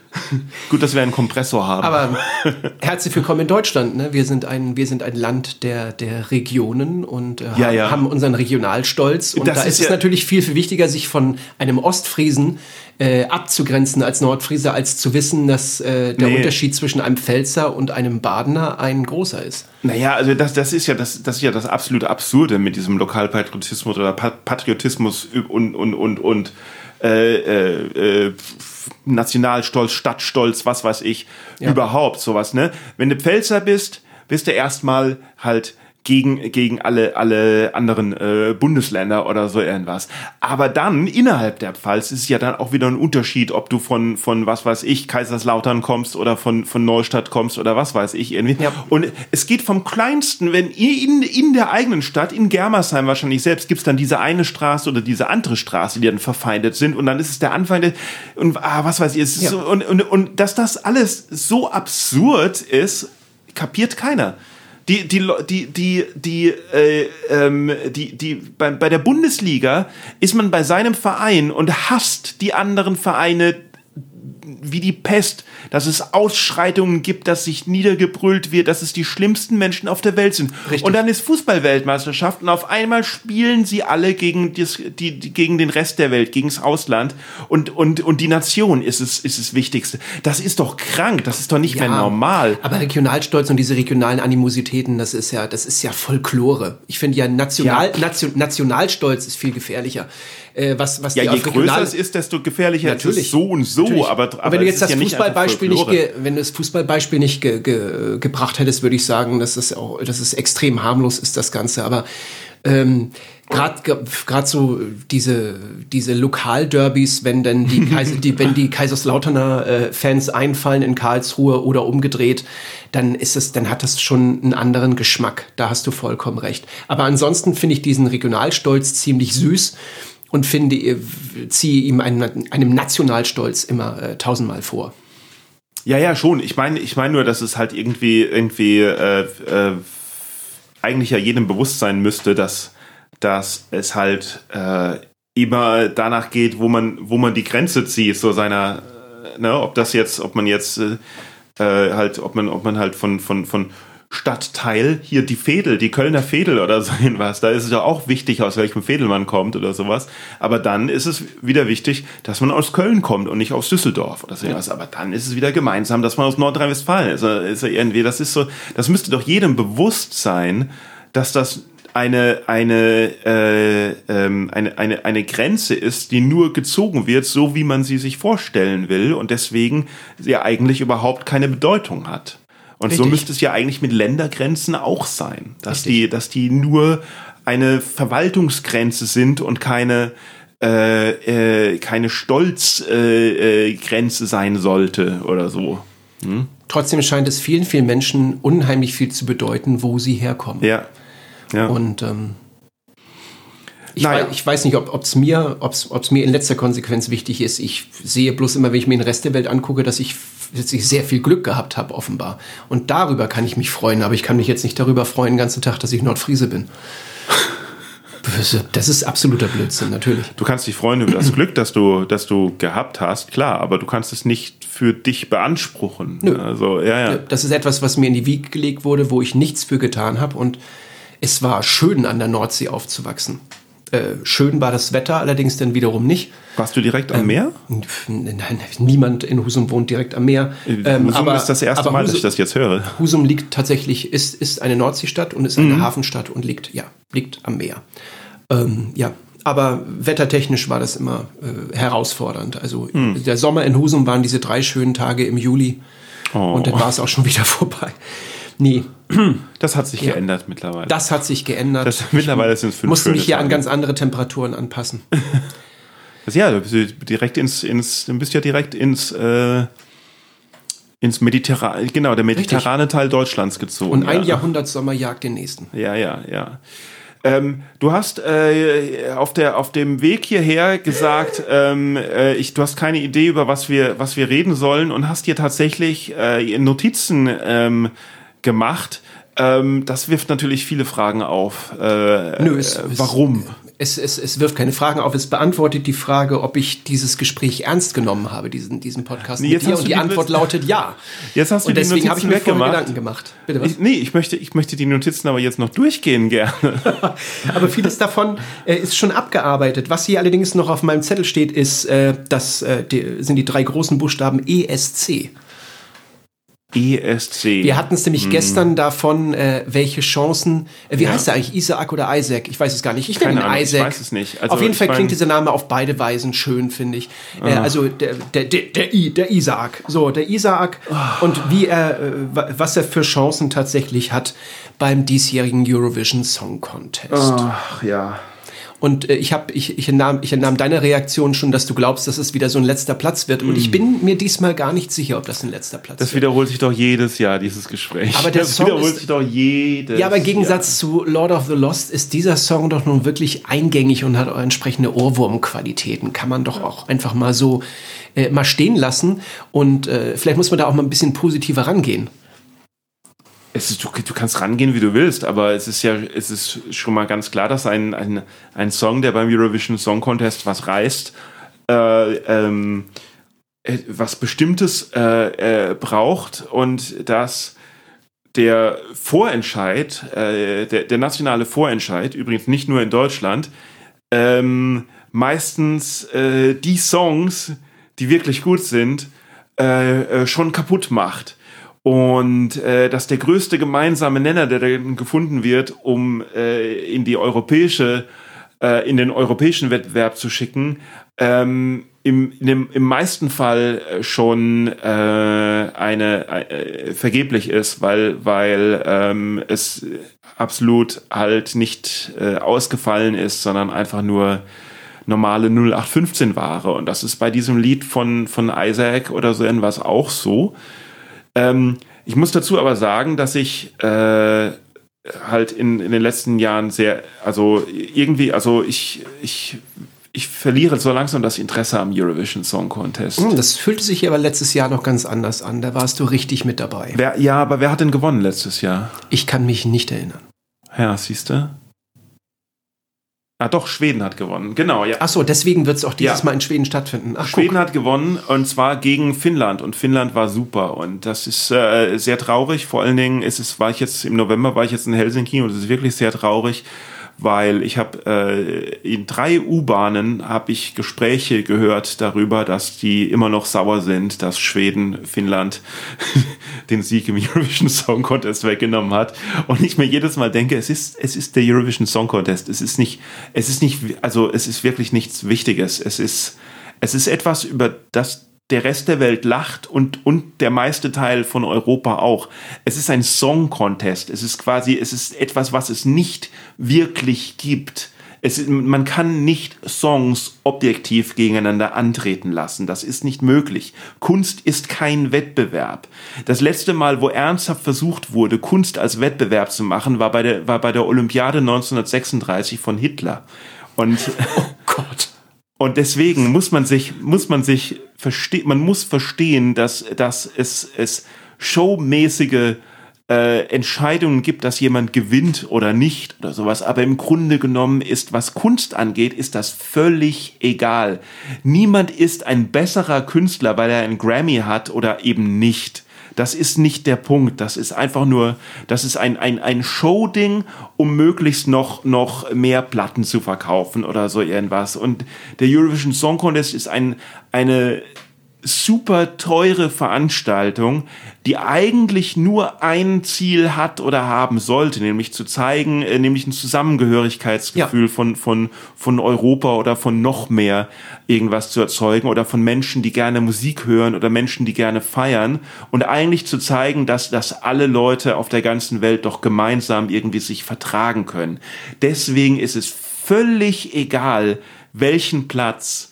Gut, dass wir einen Kompressor haben.
Aber herzlich willkommen in Deutschland. Ne? Wir sind ein, wir sind ein Land der, der Regionen und äh,
ja, ja.
haben unseren Regionalstolz. Und
das
da ist,
ist
es
ja
natürlich viel, viel wichtiger, sich von einem Ostfriesen äh, abzugrenzen als Nordfriese, als zu wissen, dass äh, der nee. Unterschied zwischen einem Pfälzer und einem Badener ein großer ist.
Naja, also das, das ist ja das, das ist ja das absolute Absurde mit diesem Lokalpatriotismus oder Patriotismus und und und und äh, äh, äh, Nationalstolz, Stadtstolz, was weiß ich, ja. überhaupt sowas, ne? Wenn du Pfälzer bist, bist du erstmal halt gegen gegen alle alle anderen äh, Bundesländer oder so irgendwas. Aber dann innerhalb der Pfalz ist es ja dann auch wieder ein Unterschied, ob du von von was weiß ich Kaiserslautern kommst oder von von Neustadt kommst oder was weiß ich irgendwie. Ja. Und es geht vom Kleinsten, wenn in in der eigenen Stadt in Germersheim wahrscheinlich selbst gibt's dann diese eine Straße oder diese andere Straße, die dann verfeindet sind und dann ist es der Anfang der, und ah, was weiß ich, es ist ja. so, und und und dass das alles so absurd ist, kapiert keiner. Die, die, die, die, die, äh, ähm, die, die, bei, bei der Bundesliga ist man bei seinem Verein und hasst die anderen Vereine wie die Pest, dass es Ausschreitungen gibt, dass sich niedergebrüllt wird, dass es die schlimmsten Menschen auf der Welt sind. Richtig. Und dann ist Fußball-Weltmeisterschaft und auf einmal spielen sie alle gegen, das, die, die, gegen den Rest der Welt, gegen das Ausland und, und, und die Nation ist es, ist das Wichtigste. Das ist doch krank, das ist doch nicht ja, mehr normal.
Aber Regionalstolz und diese regionalen Animositäten, das ist ja, das ist ja Folklore. Ich finde ja, National, ja. Nation, Nationalstolz ist viel gefährlicher. Äh, was, was
ja, je größer es ist, desto gefährlicher
natürlich,
ist es so und so. Aber, aber
wenn du jetzt das ja Fußballbeispiel nicht, ge, wenn du das Fußballbeispiel nicht ge, ge, gebracht hättest, würde ich sagen, dass es auch, dass es extrem harmlos ist, das Ganze. Aber ähm, gerade gerade so diese diese Lokalderbys, wenn denn die, Kaiser, die wenn die Kaiserslauterner äh, Fans einfallen in Karlsruhe oder umgedreht, dann ist es, dann hat das schon einen anderen Geschmack. Da hast du vollkommen recht. Aber ansonsten finde ich diesen Regionalstolz ziemlich süß. Und finde, ziehe ihm einen, einem Nationalstolz immer äh, tausendmal vor.
Ja, ja, schon. Ich meine, ich meine nur, dass es halt irgendwie, irgendwie äh, äh, eigentlich ja jedem bewusst sein müsste, dass, dass es halt äh, immer danach geht, wo man, wo man die Grenze zieht, so seiner, äh, ne, ob das jetzt, ob man jetzt äh, halt, ob man, ob man halt von, von, von Stadtteil, hier die Veedel, die Kölner Veedel oder so irgendwas, da ist es ja auch wichtig, aus welchem Veedel man kommt oder sowas, aber dann ist es wieder wichtig, dass man aus Köln kommt und nicht aus Düsseldorf oder so irgendwas, aber dann ist es wieder gemeinsam, dass man aus Nordrhein-Westfalen ist, ist ja irgendwie, das ist so, das müsste doch jedem bewusst sein, dass das eine, eine, äh, ähm, eine, eine, eine Grenze ist, die nur gezogen wird, so wie man sie sich vorstellen will und deswegen sie eigentlich überhaupt keine Bedeutung hat. Und Richtig. So müsste es ja eigentlich mit Ländergrenzen auch sein, dass die, dass die nur eine Verwaltungsgrenze sind und keine äh, äh, keine Stolzgrenze äh, äh, sein sollte oder so. Hm?
Trotzdem scheint es vielen, vielen Menschen unheimlich viel zu bedeuten, wo sie herkommen.
Ja. Ja.
Und ähm, ich, naja. weiß, ich weiß nicht, ob es mir, ob's, ob's mir in letzter Konsequenz wichtig ist. Ich sehe bloß immer, wenn ich mir den Rest der Welt angucke, dass ich, dass ich sehr viel Glück gehabt habe, offenbar. Und darüber kann ich mich freuen, aber ich kann mich jetzt nicht darüber freuen, den ganzen Tag, dass ich Nordfriese bin. Das ist absoluter Blödsinn, natürlich.
Du kannst dich freuen über das Glück, das du, das du gehabt hast, klar, aber du kannst es nicht für dich beanspruchen.
Nö.
Also, ja, ja.
Das ist etwas, was mir in die Wiege gelegt wurde, wo ich nichts für getan habe und es war schön, an der Nordsee aufzuwachsen. Äh, schön war das Wetter, allerdings dann wiederum nicht.
Warst du direkt am ähm, Meer?
Nein, niemand in Husum wohnt direkt am Meer.
Ähm, Husum aber, ist das erste Mal, Husum, dass ich das jetzt höre.
Husum liegt tatsächlich, ist, ist eine Nordseestadt und ist eine mhm. Hafenstadt und liegt, ja, liegt am Meer. Ähm, ja, aber wettertechnisch war das immer äh, herausfordernd. Also mhm. der Sommer in Husum waren diese drei schönen Tage im Juli oh. und dann war es auch schon wieder vorbei. Nee.
Das hat sich ja. geändert mittlerweile.
Das hat sich geändert.
Das, mittlerweile sind es fünf.
Musste mich hier an ganz andere Temperaturen anpassen.
Das, ja, du bist direkt ins, ins, du bist ja direkt ins, äh, ins Mediterran, genau, der mediterrane Richtig. Teil Deutschlands gezogen.
Und ein
ja.
Jahrhundert Sommer jagt den nächsten.
Ja, ja, ja. Ähm, du hast äh, auf der auf dem Weg hierher gesagt, ähm, äh, ich, du hast keine Idee, über was wir was wir reden sollen und hast dir tatsächlich äh, Notizen ähm, gemacht. Ähm, das wirft natürlich viele Fragen auf. Äh,
Nö, es,
äh, warum?
Es, es, es wirft keine Fragen auf, es beantwortet die Frage, ob ich dieses Gespräch ernst genommen habe, diesen, diesen Podcast
nee,
mit dir. Und die, die Antwort lautet ja.
Jetzt hast du
und
die
deswegen habe ich mir vorher
weggemacht.
Gedanken gemacht. Bitte was?
Ich, nee, ich möchte, ich möchte die Notizen aber jetzt noch durchgehen gerne.
Aber vieles davon äh, ist schon abgearbeitet. Was hier allerdings noch auf meinem Zettel steht, ist, äh, das äh, die, sind die drei großen Buchstaben E S C.
E S C.
Wir hatten es nämlich hm. gestern davon, äh, welche Chancen, äh, wie ja. heißt der eigentlich, Isaac oder Isaac? Ich weiß es gar nicht. Ich nenne ihn Ahnung, Isaac.
Ich weiß es nicht. Also,
auf jeden Fall
mein...
klingt dieser Name auf beide Weisen schön, finde ich. Äh, also der, der, der, der, I, der Isaac. So, der Isaac oh. und wie er, äh, was er für Chancen tatsächlich hat beim diesjährigen Eurovision Song Contest.
Ach, ja.
Und äh, ich, hab, ich, ich, entnahm, ich entnahm deiner Reaktion schon, dass du glaubst, dass es wieder so ein letzter Platz wird. Und mm. ich bin mir diesmal gar nicht sicher, ob das ein letzter Platz
das wird. Das wiederholt sich doch jedes Jahr, dieses Gespräch.
Aber der
das
Song
wiederholt
ist,
sich doch jedes
Ja, aber im Gegensatz
Jahr.
zu Lord of the Lost ist dieser Song doch nun wirklich eingängig und hat auch entsprechende Ohrwurmqualitäten. Kann man doch auch einfach mal so äh, mal stehen lassen. Und äh, vielleicht muss man da auch mal ein bisschen positiver rangehen.
Es ist, du, du kannst rangehen, wie du willst, aber es ist ja, es ist schon mal ganz klar, dass ein, ein, ein Song, der beim Eurovision Song Contest was reißt, äh, ähm, was Bestimmtes äh, äh, braucht und dass der Vorentscheid, äh, der, der nationale Vorentscheid, übrigens nicht nur in Deutschland, ähm, meistens äh, die Songs, die wirklich gut sind, äh, schon kaputt macht. Und äh, dass der größte gemeinsame Nenner, der dann gefunden wird, um äh, in die europäische, äh, in den europäischen Wettbewerb zu schicken, ähm, im, in dem, im meisten Fall schon äh, eine äh, vergeblich ist, weil weil ähm, es absolut halt nicht äh, ausgefallen ist, sondern einfach nur normale null acht fünfzehn Ware. Und das ist bei diesem Lied von von Isaac oder so irgendwas auch so. Ähm, ich muss dazu aber sagen, dass ich äh, halt in, in den letzten Jahren sehr, also irgendwie, also ich, ich, ich verliere so langsam das Interesse am Eurovision Song Contest.
Das fühlte sich aber letztes Jahr noch ganz anders an. Da warst du richtig mit dabei.
Wer, ja, aber wer hat denn gewonnen letztes Jahr?
Ich kann mich nicht erinnern.
Ja, siehst du? Ah, doch, Schweden hat gewonnen. Genau, ja.
Ach so, deswegen wird es auch dieses
ja.
Mal in Schweden stattfinden. Ach,
Schweden
guck.
hat gewonnen und zwar gegen Finnland und Finnland war super und das ist äh, sehr traurig. Vor allen Dingen ist es, war ich jetzt im November, war ich jetzt in Helsinki und es ist wirklich sehr traurig, weil ich habe äh, in drei U-Bahnen habe ich Gespräche gehört darüber, dass die immer noch sauer sind, dass Schweden Finnland den Sieg im Eurovision Song Contest weggenommen hat und ich mir jedes Mal denke, es ist es ist der Eurovision Song Contest, es ist nicht es ist nicht also es ist wirklich nichts Wichtiges, es ist es ist etwas, über das der Rest der Welt lacht und, und der meiste Teil von Europa auch. Es ist ein Song-Contest. Es ist quasi, es ist etwas, was es nicht wirklich gibt. Es ist, man kann nicht Songs objektiv gegeneinander antreten lassen. Das ist nicht möglich. Kunst ist kein Wettbewerb. Das letzte Mal, wo ernsthaft versucht wurde, Kunst als Wettbewerb zu machen, war bei der, war bei der Olympiade neunzehnhundertsechsunddreißig von Hitler. Und,
oh Gott.
Und deswegen muss man sich, muss man sich verstehen, man muss verstehen, dass, dass es, es showmäßige äh, Entscheidungen gibt, dass jemand gewinnt oder nicht oder sowas. Aber im Grunde genommen ist, was Kunst angeht, ist das völlig egal. Niemand ist ein besserer Künstler, weil er einen Grammy hat oder eben nicht. Das ist nicht der Punkt. Das ist einfach nur, das ist ein, ein, ein Show-Ding, um möglichst noch, noch mehr Platten zu verkaufen oder so irgendwas. Und der Eurovision Song Contest ist ein, eine super teure Veranstaltung, die eigentlich nur ein Ziel hat oder haben sollte, nämlich zu zeigen, äh, nämlich ein Zusammengehörigkeitsgefühl ja. von, von, von Europa oder von noch mehr irgendwas zu erzeugen oder von Menschen, die gerne Musik hören oder Menschen, die gerne feiern und eigentlich zu zeigen, dass, dass alle Leute auf der ganzen Welt doch gemeinsam irgendwie sich vertragen können. Deswegen ist es völlig egal, welchen Platz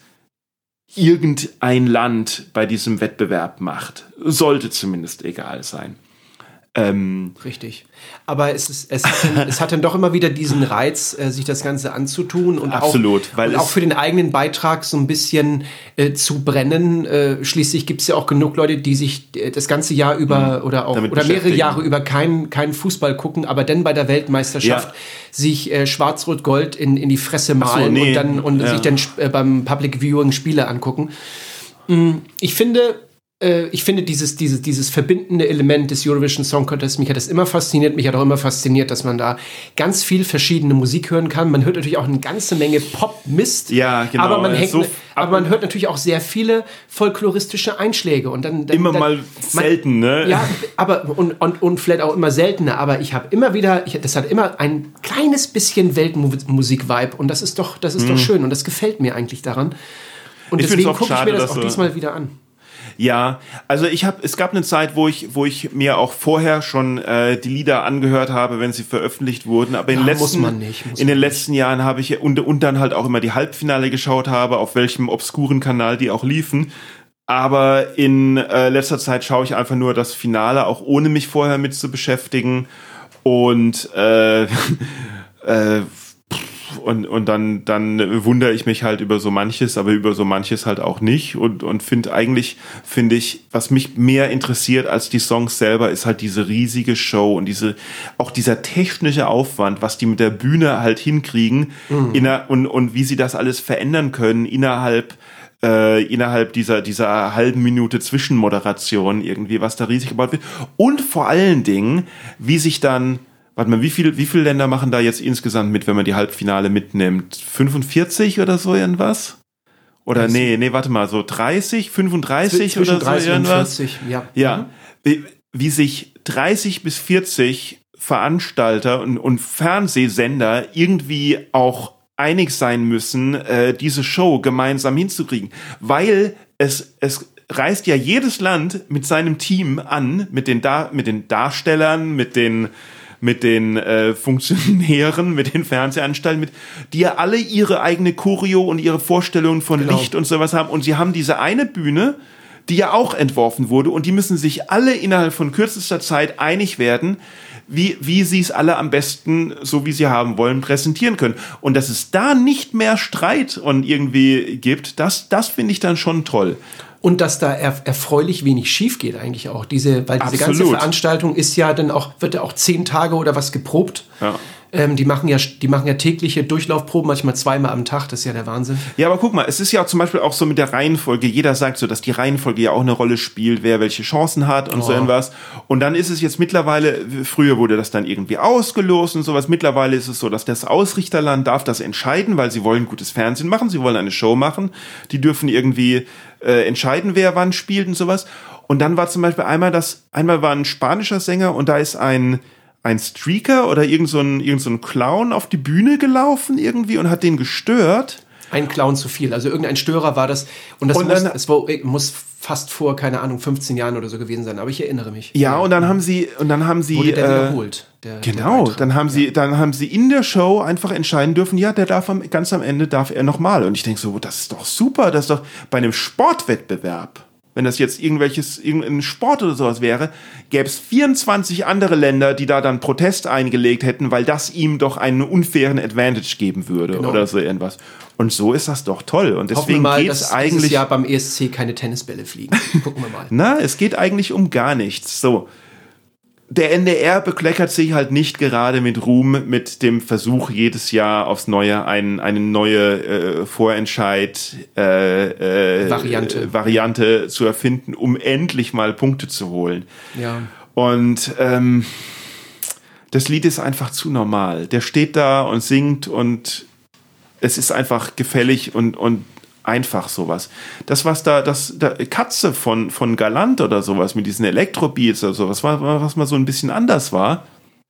irgendein Land bei diesem Wettbewerb macht. Sollte zumindest egal sein.
Ähm, Richtig. Aber es, ist, es, hat dann, es hat dann doch immer wieder diesen Reiz, äh, sich das Ganze anzutun und,
absolut,
auch,
weil
und auch für den eigenen Beitrag so ein bisschen äh, zu brennen. Äh, schließlich gibt es ja auch genug Leute, die sich äh, das ganze Jahr über mhm, oder auch oder mehrere Jahre über keinen keinen Fußball gucken, aber dann bei der Weltmeisterschaft ja. sich äh, Schwarz-Rot-Gold in, in die Fresse malen so, nee. und dann und ja. sich dann äh, beim Public Viewing Spiele angucken. Mhm, ich finde Ich finde, dieses, dieses, dieses verbindende Element des Eurovision Song Contest, mich hat das immer fasziniert, mich hat auch immer fasziniert, dass man da ganz viel verschiedene Musik hören kann. Man hört natürlich auch eine ganze Menge Pop-Mist,
ja, genau.
aber, man hängt, so aber man hört natürlich auch sehr viele folkloristische Einschläge. Und dann, dann,
immer
dann,
mal
man,
selten, ne?
Ja, aber und, und, und vielleicht auch immer seltener, aber ich habe immer wieder, ich, das hat immer ein kleines bisschen Weltmusik-Vibe und das ist doch, das ist mhm. doch schön und das gefällt mir eigentlich daran. Und
ich
deswegen gucke ich mir das auch
so
diesmal wieder an.
Ja, also ich habe, es gab eine Zeit, wo ich, wo ich mir auch vorher schon äh, die Lieder angehört habe, wenn sie veröffentlicht wurden. Aber in, ja, letzten,
muss man nicht, muss
in den
man
letzten
nicht.
Jahren habe ich und, und dann halt auch immer die Halbfinale geschaut habe, auf welchem obskuren Kanal die auch liefen. Aber in äh, letzter Zeit schaue ich einfach nur das Finale, auch ohne mich vorher mit zu beschäftigen. Und äh, äh, Und, und dann, dann wundere ich mich halt über so manches, aber über so manches halt auch nicht. Und, und finde eigentlich, finde ich, was mich mehr interessiert als die Songs selber, ist halt diese riesige Show und diese, auch dieser technische Aufwand, was die mit der Bühne halt hinkriegen, mhm. inner, und, und wie sie das alles verändern können innerhalb, äh, innerhalb dieser, dieser halben Minute Zwischenmoderation irgendwie, was da riesig gebaut wird. Und vor allen Dingen, wie sich dann, warte mal, wie viel, wie viele Länder machen da jetzt insgesamt mit, wenn man die Halbfinale mitnimmt? fünfundvierzig oder so irgendwas? Oder dreißig. nee, nee, warte mal, so dreißig, fünfunddreißig oder so
dreißig
irgendwas?
Und vierzig, ja.
Ja. Mhm. Wie, wie sich dreißig bis vierzig Veranstalter und, und Fernsehsender irgendwie auch einig sein müssen, äh, diese Show gemeinsam hinzukriegen. Weil es, es reist ja jedes Land mit seinem Team an, mit den, da- mit den Darstellern, mit den mit den äh, Funktionären, mit den Fernsehanstalten, mit, die ja alle ihre eigene Choreo und ihre Vorstellungen von genau. Licht und sowas haben. Und sie haben diese eine Bühne, die ja auch entworfen wurde, und die müssen sich alle innerhalb von kürzester Zeit einig werden, wie, wie sie es alle am besten, so wie sie haben wollen, präsentieren können. Und dass es da nicht mehr Streit und irgendwie gibt, das, das finde ich dann schon toll.
Und dass da er, erfreulich wenig schief geht eigentlich auch. Diese, weil diese
Absolut.
ganze Veranstaltung ist ja dann auch, wird ja auch zehn Tage oder was geprobt.
Ja.
Ähm, die machen ja, die machen ja tägliche Durchlaufproben, manchmal zweimal am Tag. Das ist ja der Wahnsinn.
Ja, aber guck mal, es ist ja zum Beispiel auch so mit der Reihenfolge. Jeder sagt so, dass die Reihenfolge ja auch eine Rolle spielt, wer welche Chancen hat und oh. so irgendwas. Und dann ist es jetzt mittlerweile, früher wurde das dann irgendwie ausgelost und sowas. Mittlerweile ist es so, dass das Ausrichterland darf das entscheiden, weil sie wollen gutes Fernsehen machen, sie wollen eine Show machen. Die dürfen irgendwie äh, entscheiden, wer wann spielt und sowas. Und dann war zum Beispiel einmal das, einmal war ein spanischer Sänger und da ist ein ein Streaker oder irgend so ein, irgend so ein Clown auf die Bühne gelaufen irgendwie und hat den gestört.
Ein Clown zu viel, also irgendein Störer war das. Und das
und
muss,
dann,
es war, muss fast vor, keine Ahnung, fünfzehn Jahren oder so gewesen sein, aber ich erinnere mich.
Ja, und dann haben sie, und dann haben sie,
wurde der
äh,
wiederholt. Der,
genau,
der
dann haben
ja.
sie, dann haben sie in der Show einfach entscheiden dürfen, ja, der darf am, ganz am Ende darf er nochmal. Und ich denke so, das ist doch super, das ist doch bei einem Sportwettbewerb. Wenn das jetzt irgendwelches, irgendein Sport oder sowas wäre, gäbe es vierundzwanzig andere Länder, die da dann Protest eingelegt hätten, weil das ihm doch einen unfairen Advantage geben würde genau. oder so irgendwas. Und so ist das doch toll. Und deswegen
mal,
geht es eigentlich.
Dieses Jahr beim E S C keine Tennisbälle fliegen. Gucken wir mal.
Na, es geht eigentlich um gar nichts. So. Der N D R bekleckert sich halt nicht gerade mit Ruhm mit dem Versuch, jedes Jahr aufs Neue ein, eine neue äh, Vorentscheid äh, äh,
Variante.
Variante zu erfinden, um endlich mal Punkte zu holen.
Ja.
Und ähm, das Lied ist einfach zu normal. Der steht da und singt und es ist einfach gefällig und, und einfach sowas. Das, was da, das, da Katze von, von Galant oder sowas mit diesen Elektrobeats oder sowas, was mal so ein bisschen anders war,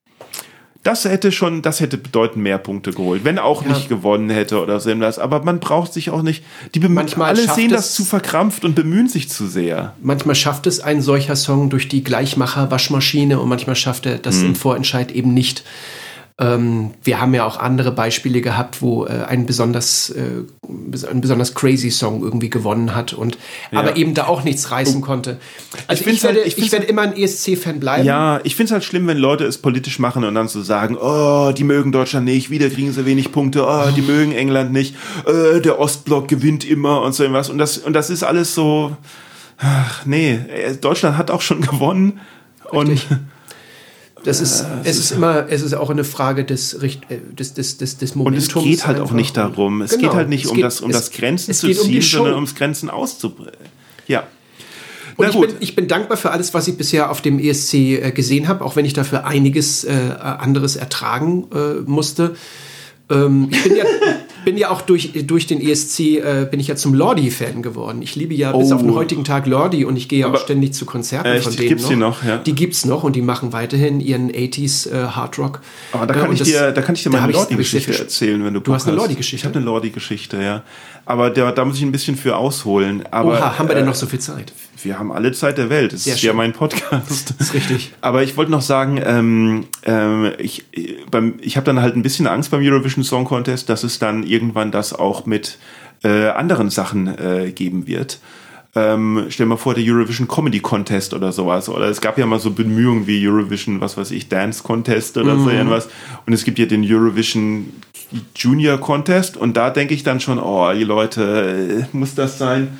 das hätte schon, das hätte bedeutend mehr Punkte geholt, wenn auch ja. nicht gewonnen hätte oder so irgendwas. Aber man braucht sich auch nicht, die bemühen, manchmal alle sehen das zu verkrampft und bemühen sich zu sehr.
Manchmal schafft es ein solcher Song durch die Gleichmacher-Waschmaschine und manchmal schafft er das hm. im Vorentscheid eben nicht. Ähm, wir haben ja auch andere Beispiele gehabt, wo äh, ein besonders äh, ein besonders crazy Song irgendwie gewonnen hat und ja. aber eben da auch nichts reißen konnte. Also ich, ich werde, halt, ich, ich werde immer ein E S C-Fan bleiben.
Ja, ich finde es halt schlimm, wenn Leute es politisch machen und dann so sagen, oh, die mögen Deutschland nicht, wieder kriegen sie wenig Punkte, oh, die mögen England nicht, äh, der Ostblock gewinnt immer und so irgendwas. Und das, und das ist alles so, ach, nee, Deutschland hat auch schon gewonnen.
Richtig.
Und
Das ist, es ist immer, es ist auch eine Frage des, des, des, des, des Momentums.
Und es geht halt einfach auch nicht darum. Es genau. geht halt nicht es um, geht, das, um es, das Grenzen zu ziehen, um sondern ums Grenzen auszubringen. Ja.
Und ich bin, ich bin dankbar für alles, was ich bisher auf dem E S C äh, gesehen habe, auch wenn ich dafür einiges äh, anderes ertragen äh, musste. Ähm, ich bin ja, bin ja auch durch, durch den E S C äh, bin ich ja zum Lordi-Fan geworden. Ich liebe ja oh. bis auf den heutigen Tag Lordi und ich gehe ja auch ständig zu Konzerten
äh,
von denen.
Gibt's
noch.
Die noch, ja.
Die gibt's noch und die machen weiterhin ihren achtziger äh, Hardrock.
Aber da kann, äh, ich, das, dir, da kann ich dir meine Lordi-Geschichte erzählen, wenn du Bock
Du hast eine
hast.
Lordi-Geschichte?
Ich habe eine Lordi-Geschichte, ja. Aber da, da muss ich ein bisschen für ausholen. Aber,
Oha, haben wir
äh,
denn noch so viel Zeit?
Wir haben alle Zeit der Welt. Das
Sehr
ist
schön.
ja mein Podcast.
Das ist richtig.
Aber ich wollte noch sagen, ähm, ähm, ich, beim, ich habe dann halt ein bisschen Angst beim Eurovision Song Contest, dass es dann irgendwann das auch mit äh, anderen Sachen äh, geben wird. Ähm, stell dir mal vor, der Eurovision Comedy Contest oder sowas. Oder es gab ja mal so Bemühungen wie Eurovision, was weiß ich, Dance Contest oder mhm. so irgendwas. Und es gibt ja den Eurovision Junior Contest. Und da denke ich dann schon, oh, die Leute, äh, muss das sein?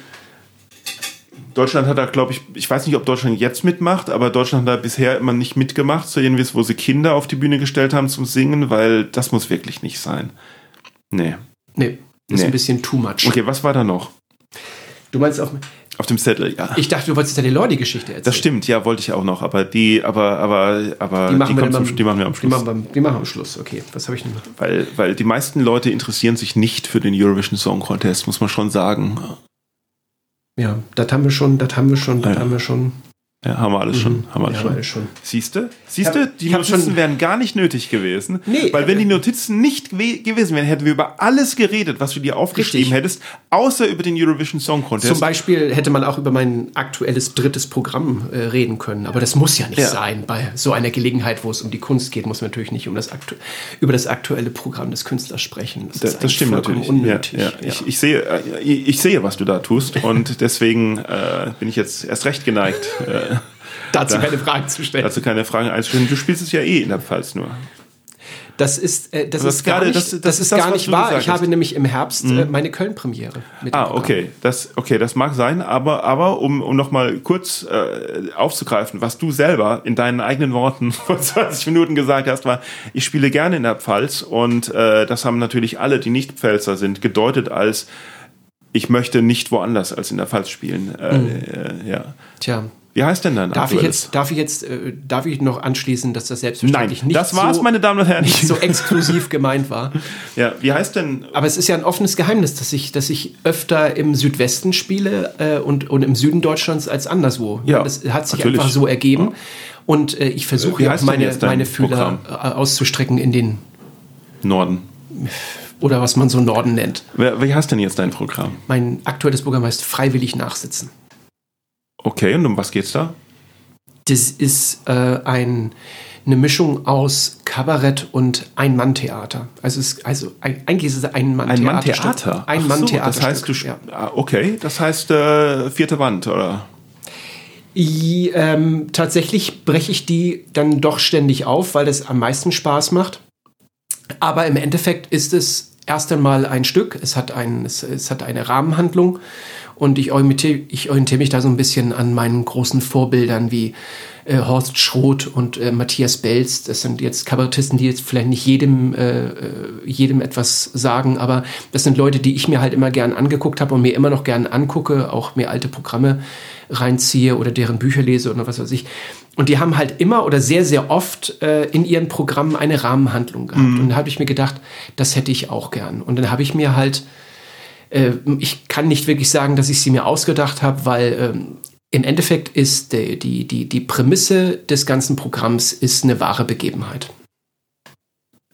Deutschland hat da, glaube ich, ich weiß nicht, ob Deutschland jetzt mitmacht, aber Deutschland hat da bisher immer nicht mitgemacht, so irgendwie, wo sie Kinder auf die Bühne gestellt haben zum Singen, weil das muss wirklich nicht sein. Nee.
Nee, das ist nee. ein bisschen too much.
Okay, was war da noch?
Du meinst auf...
Auf dem Zettel, ja.
Ich dachte, du wolltest deine Lordi-Geschichte erzählen.
Das stimmt, ja, wollte ich auch noch, aber die, aber, aber, aber
die machen,
die,
wir,
zum,
beim,
die machen wir am Schluss.
Die machen wir, die machen wir am Schluss, okay. Was habe ich denn?
Weil, weil die meisten Leute interessieren sich nicht für den Eurovision Song Contest, muss man schon sagen.
Ja, das haben wir schon, das haben wir schon, das ja. haben wir schon.
Ja, haben wir alles schon.
Mhm.
Haben wir alles
ja,
schon.
Alles schon.
Siehst du? Siehst du? Die Notizen schon wären gar nicht nötig gewesen.
Nee.
Weil wenn die Notizen nicht gewesen wären, hätten wir über alles geredet, was du dir aufgeschrieben
Richtig.
hättest, außer über den Eurovision Song Contest.
Zum Beispiel hätte man auch über mein aktuelles drittes Programm äh, reden können. Aber das muss ja nicht ja. sein. Bei so einer Gelegenheit, wo es um die Kunst geht, muss man natürlich nicht um das aktu- über das aktuelle Programm des Künstlers sprechen. Das,
das,
ist
das stimmt natürlich.
Unnötig.
Ja, ja. Ja. Ich, ich, sehe, ich, ich sehe, was du da tust. Und deswegen äh, bin ich jetzt erst recht geneigt, äh,
dazu da, keine Fragen zu stellen.
Dazu keine Fragen einzustellen. Du spielst es ja eh in der Pfalz nur.
Das ist, äh, das, das ist gar
gerade,
nicht,
das, das
das ist
das,
gar nicht wahr. Ich habe
hast.
nämlich im Herbst
mhm.
äh, meine Köln-Premiere mit dem
Ah,
Programm.
okay. Das, okay, das mag sein, aber, aber um, um nochmal kurz äh, aufzugreifen, was du selber in deinen eigenen Worten vor zwanzig Minuten gesagt hast, war, ich spiele gerne in der Pfalz und äh, das haben natürlich alle, die nicht Pfälzer sind, gedeutet als, ich möchte nicht woanders als in der Pfalz spielen. Äh, mhm. äh, ja.
Tja.
Wie heißt denn dann?
Darf ich jetzt, darf ich jetzt, äh, darf ich noch anschließen, dass das selbstverständlich
Nein,
nicht
das war's,
so,
meine Damen und Herren.
nicht so exklusiv gemeint war.
Ja, wie heißt denn?
Aber es ist ja ein offenes Geheimnis, dass ich, dass ich öfter im Südwesten spiele äh, und, und im Süden Deutschlands als anderswo.
Ja,
das hat sich
natürlich.
einfach so ergeben.
Ja.
Und äh, ich versuche ja auch meine, meine Fühler äh, auszustrecken in den
Norden.
Oder was man so Norden nennt.
Wie heißt denn jetzt dein Programm?
Mein aktuelles Programm heißt Freiwillig nachsitzen.
Okay, und um was geht's da?
Das ist äh, ein, eine Mischung aus Kabarett und Ein-Mann-Theater. Also, es, also ein, eigentlich ist es ein Ein-Mann-Theater.
Ein-Mann-Theater?
Ein-Mann-Theater.
So, das heißt, du, ja. Okay, das heißt äh, vierte Wand, oder?
I, ähm, tatsächlich breche ich die dann doch ständig auf, weil das am meisten Spaß macht. Aber im Endeffekt ist es erst einmal ein Stück. Es hat, ein, es, es hat eine Rahmenhandlung. Und ich orientiere, ich orientiere mich da so ein bisschen an meinen großen Vorbildern wie äh, Horst Schroth und äh, Matthias Belz. Das sind jetzt Kabarettisten, die jetzt vielleicht nicht jedem, äh, jedem etwas sagen, aber das sind Leute, die ich mir halt immer gern angeguckt habe und mir immer noch gern angucke, auch mir alte Programme reinziehe oder deren Bücher lese oder was weiß ich. Und die haben halt immer oder sehr, sehr oft äh, in ihren Programmen eine Rahmenhandlung gehabt. Mhm. Und da habe ich mir gedacht, das hätte ich auch gern. Und dann habe ich mir halt ich kann nicht wirklich sagen, dass ich sie mir ausgedacht habe, weil ähm, im Endeffekt ist die, die, die, die Prämisse des ganzen Programms ist eine wahre Begebenheit.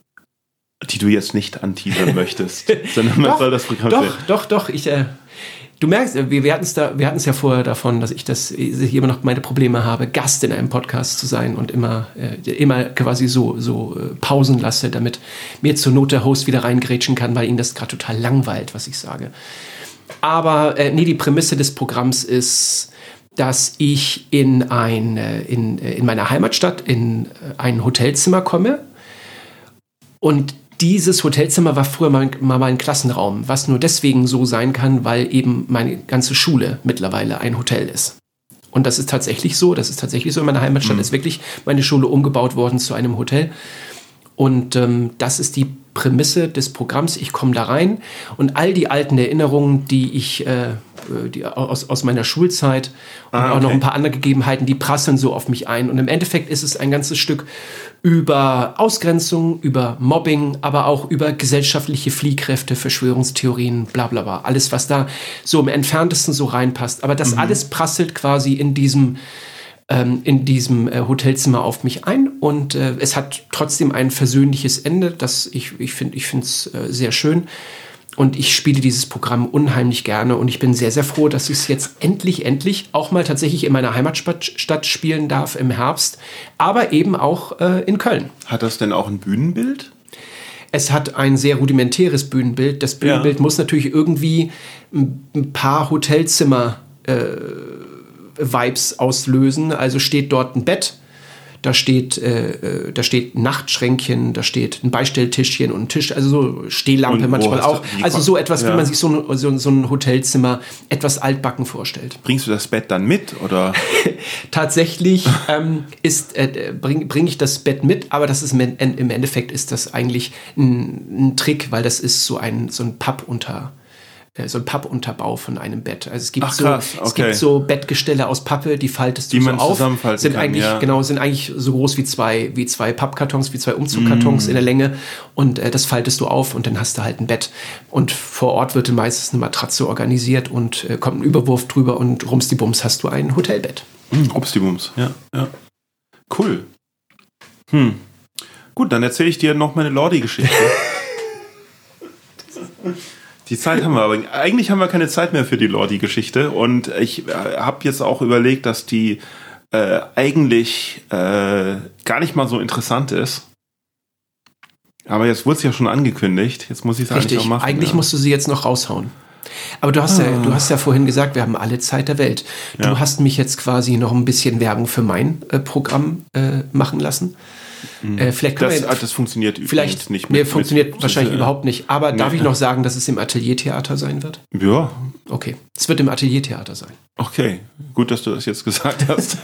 Die du jetzt nicht anteasern möchtest, sondern man soll das Programm
Doch,
sehen.
doch, doch. Ich, äh, Du merkst, wir, wir hatten es da, wir hatten es ja vorher davon, dass ich das ich immer noch meine Probleme habe, Gast in einem Podcast zu sein und immer, äh, immer quasi so, so äh, Pausen lasse, damit mir zur Not der Host wieder reingrätschen kann, weil ihn das gerade total langweilt, was ich sage. Aber äh, nee, die Prämisse des Programms ist, dass ich in, ein, äh, in, äh, in meiner Heimatstadt in äh, ein Hotelzimmer komme und dieses Hotelzimmer war früher mal, mal ein Klassenraum, was nur deswegen so sein kann, weil eben meine ganze Schule mittlerweile ein Hotel ist. Und das ist tatsächlich so, das ist tatsächlich so in meiner Heimatstadt, mhm. ist wirklich meine Schule umgebaut worden zu einem Hotel. Und ähm, das ist die Prämisse des Programms. Ich komme da rein und all die alten Erinnerungen, die ich äh, die aus, aus meiner Schulzeit und ah, okay. auch noch ein paar andere Gegebenheiten, die prasseln so auf mich ein. Und im Endeffekt ist es ein ganzes Stück über Ausgrenzung, über Mobbing, aber auch über gesellschaftliche Fliehkräfte, Verschwörungstheorien, bla bla bla. Alles, was da so im Entferntesten so reinpasst. Aber das mhm. alles prasselt quasi in diesem ähm, in diesem äh, Hotelzimmer auf mich ein. Und äh, es hat trotzdem ein versöhnliches Ende. Das ich, ich finde ich finde es äh, sehr schön. Und ich spiele dieses Programm unheimlich gerne und ich bin sehr, sehr froh, dass ich es jetzt endlich, endlich auch mal tatsächlich in meiner Heimatstadt spielen darf im Herbst, aber eben auch äh, in Köln.
Hat das denn auch ein Bühnenbild?
Es hat ein sehr rudimentäres Bühnenbild. Das Bühnenbild ja. muss natürlich irgendwie ein paar Hotelzimmer äh, Vibes auslösen. Also steht dort ein Bett. Da steht, äh, da steht ein Nachtschränkchen, da steht ein Beistelltischchen und ein Tisch, also so Stehlampe und manchmal auch. Also so etwas, ja. wie man sich so ein, so, so ein Hotelzimmer etwas altbacken vorstellt.
Bringst du das Bett dann mit, oder?
Tatsächlich ähm, ist äh, bringe bring ich das Bett mit, aber das ist im Endeffekt ist das eigentlich ein, ein Trick, weil das ist so ein, so ein Pappunter. so ein Pappunterbau von einem Bett. Also es gibt, Ach, so, krass, okay. es gibt so Bettgestelle aus Pappe, die faltest du die so man auf. Sind kann, eigentlich ja. genau sind eigentlich so groß wie zwei wie zwei Pappkartons, wie zwei Umzugkartons mm. in der Länge und äh, das faltest du auf und dann hast du halt ein Bett. Und vor Ort wird dann meistens eine Matratze organisiert und äh, kommt ein Überwurf drüber und rumsdibums hast du ein Hotelbett.
Mm, rumsdibums, ja, ja. Cool. Hm. Gut, dann erzähle ich dir noch meine Lordi-Geschichte. Die Zeit haben wir, aber eigentlich haben wir keine Zeit mehr für die Lordi-Geschichte und ich äh, habe jetzt auch überlegt, dass die äh, eigentlich äh, gar nicht mal so interessant ist. Aber jetzt wurde es ja schon angekündigt, jetzt muss ich es eigentlich auch machen.
Eigentlich
ja.
musst du sie jetzt noch raushauen. Aber du hast, ah. ja, du hast ja vorhin gesagt, wir haben alle Zeit der Welt. Du ja. hast mich jetzt quasi noch ein bisschen Werbung für mein äh, Programm äh, machen lassen.
Mhm. Äh, vielleicht das, wir, das funktioniert
vielleicht
nicht.
Mir funktioniert mit, wahrscheinlich mit, überhaupt nicht. Aber nee. darf ich noch sagen, dass es im Ateliertheater sein wird?
Ja.
Okay, es wird im Ateliertheater sein.
Okay, gut, dass du das jetzt gesagt hast.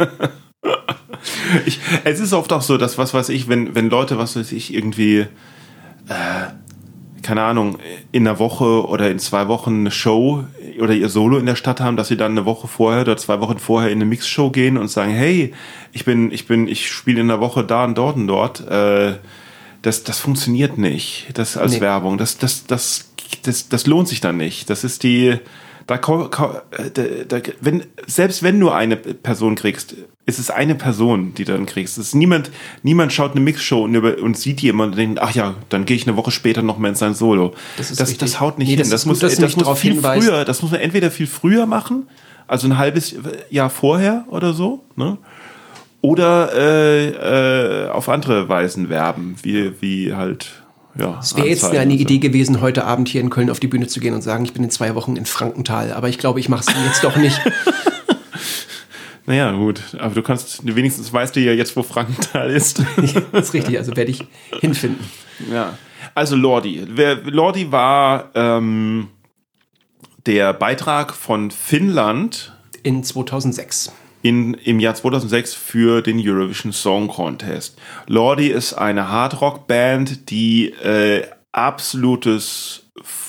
ich, es ist oft auch so, dass, was weiß ich, wenn, wenn Leute, was weiß ich, irgendwie, äh, keine Ahnung, in einer Woche oder in zwei Wochen eine Show oder ihr Solo in der Stadt haben, dass sie dann eine Woche vorher oder zwei Wochen vorher in eine Mixshow gehen und sagen, hey, ich bin, ich bin, ich spiele in der Woche da und dort und dort. Äh, das, das funktioniert nicht. Das als nee. Werbung. Das, das, das, das, das lohnt sich dann nicht. Das ist die, da, da, da, wenn, selbst wenn du eine Person kriegst, ist es eine Person, die du dann kriegst. Es ist niemand, niemand schaut eine Mixshow und, über, und sieht jemanden und denkt, ach ja, dann gehe ich eine Woche später noch mal in sein Solo. Das, ist das, das haut nicht nee, hin. Das, das muss, das das muss viel hinweist. früher, das muss man entweder viel früher machen, also ein halbes Jahr vorher oder so, ne? Oder äh, äh, auf andere Weisen werben, wie, wie halt, ja.
Es wäre jetzt eine Idee gewesen, heute Abend hier in Köln auf die Bühne zu gehen und sagen, ich bin in zwei Wochen in Frankenthal, aber ich glaube, ich mache es jetzt doch nicht.
Naja, gut, aber du kannst, wenigstens weißt du ja jetzt, wo Frankenthal ist.
Das ist richtig, also werde ich hinfinden.
Ja, also Lordi. Lordi war ähm, der Beitrag von Finnland
in zweitausendsechs.
In, im Jahr zweitausendsechs für den Eurovision Song Contest. Lordi ist eine Hardrock-Band, die äh, absolutes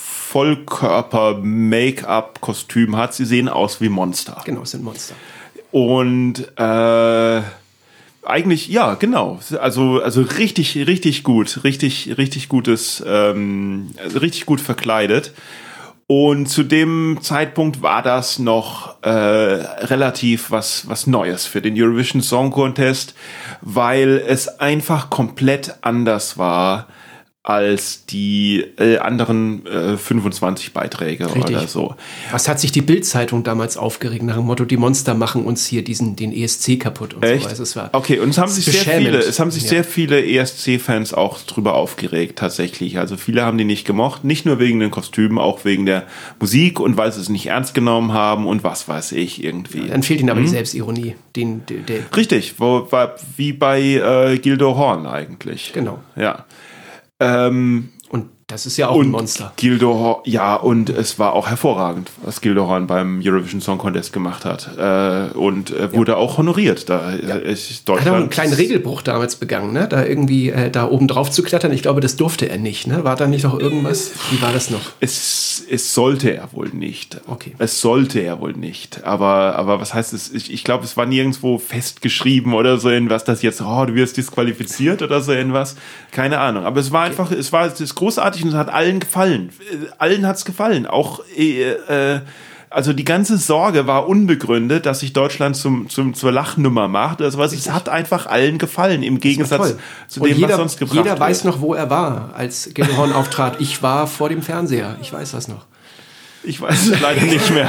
Vollkörper-Make-up-Kostüm hat. Sie sehen aus wie Monster.
Genau, es sind Monster.
Und äh, eigentlich, ja, genau. Also, also richtig, richtig gut. Richtig, richtig gutes, ähm, also richtig gut verkleidet. Und zu dem Zeitpunkt war das noch äh, relativ was, was Neues für den Eurovision Song Contest, weil es einfach komplett anders war als die äh, anderen äh, fünfundzwanzig Beiträge
Richtig.
Oder so.
Was hat sich die Bild-Zeitung damals aufgeregt, nach dem Motto, die Monster machen uns hier diesen, den E S C kaputt und
Echt?
so. Also es war
okay, und es haben sich sehr viele, es haben sich
ja.
sehr viele E S C-Fans auch drüber aufgeregt, tatsächlich. Also viele haben die nicht gemocht, nicht nur wegen den Kostümen, auch wegen der Musik und weil sie es nicht ernst genommen haben und was weiß ich irgendwie.
Dann fehlt ihnen aber
hm?
die Selbstironie. Den, der, der
Richtig, wo, war, wie bei äh, Gildo Horn eigentlich.
Genau.
Ja. Ähm,
und das ist ja auch
und
ein Monster.
Gildo Horn, ja, und es war auch hervorragend, was Gildo Horn beim Eurovision Song Contest gemacht hat. Äh, und äh, wurde ja. auch honoriert. Da
ja.
ist
Deutschland. Er hat auch einen kleinen Regelbruch damals begangen, ne? Da irgendwie äh, da oben drauf zu klettern. Ich glaube, das durfte er nicht. Ne? War da nicht noch irgendwas? Wie war das noch?
Es, es sollte er wohl nicht.
Okay.
Es sollte er wohl nicht. Aber, aber was heißt es? Ich, ich glaube, es war nirgendwo festgeschrieben oder so irgendwas, dass jetzt, oh, du wirst disqualifiziert oder so irgendwas. Keine Ahnung. Aber es war einfach, okay. es war es ist großartig und es hat allen gefallen. Allen hat's gefallen. Auch, äh, äh, also die ganze Sorge war unbegründet, dass sich Deutschland zum, zum, zur Lachnummer macht. Also was, es hat einfach allen gefallen, im Gegensatz zu dem,
jeder,
was sonst gebracht
jeder
wird.
Jeder weiß noch, wo er war, als Gildo Horn auftrat. Ich war vor dem Fernseher. Ich weiß das noch.
Ich weiß es leider nicht mehr.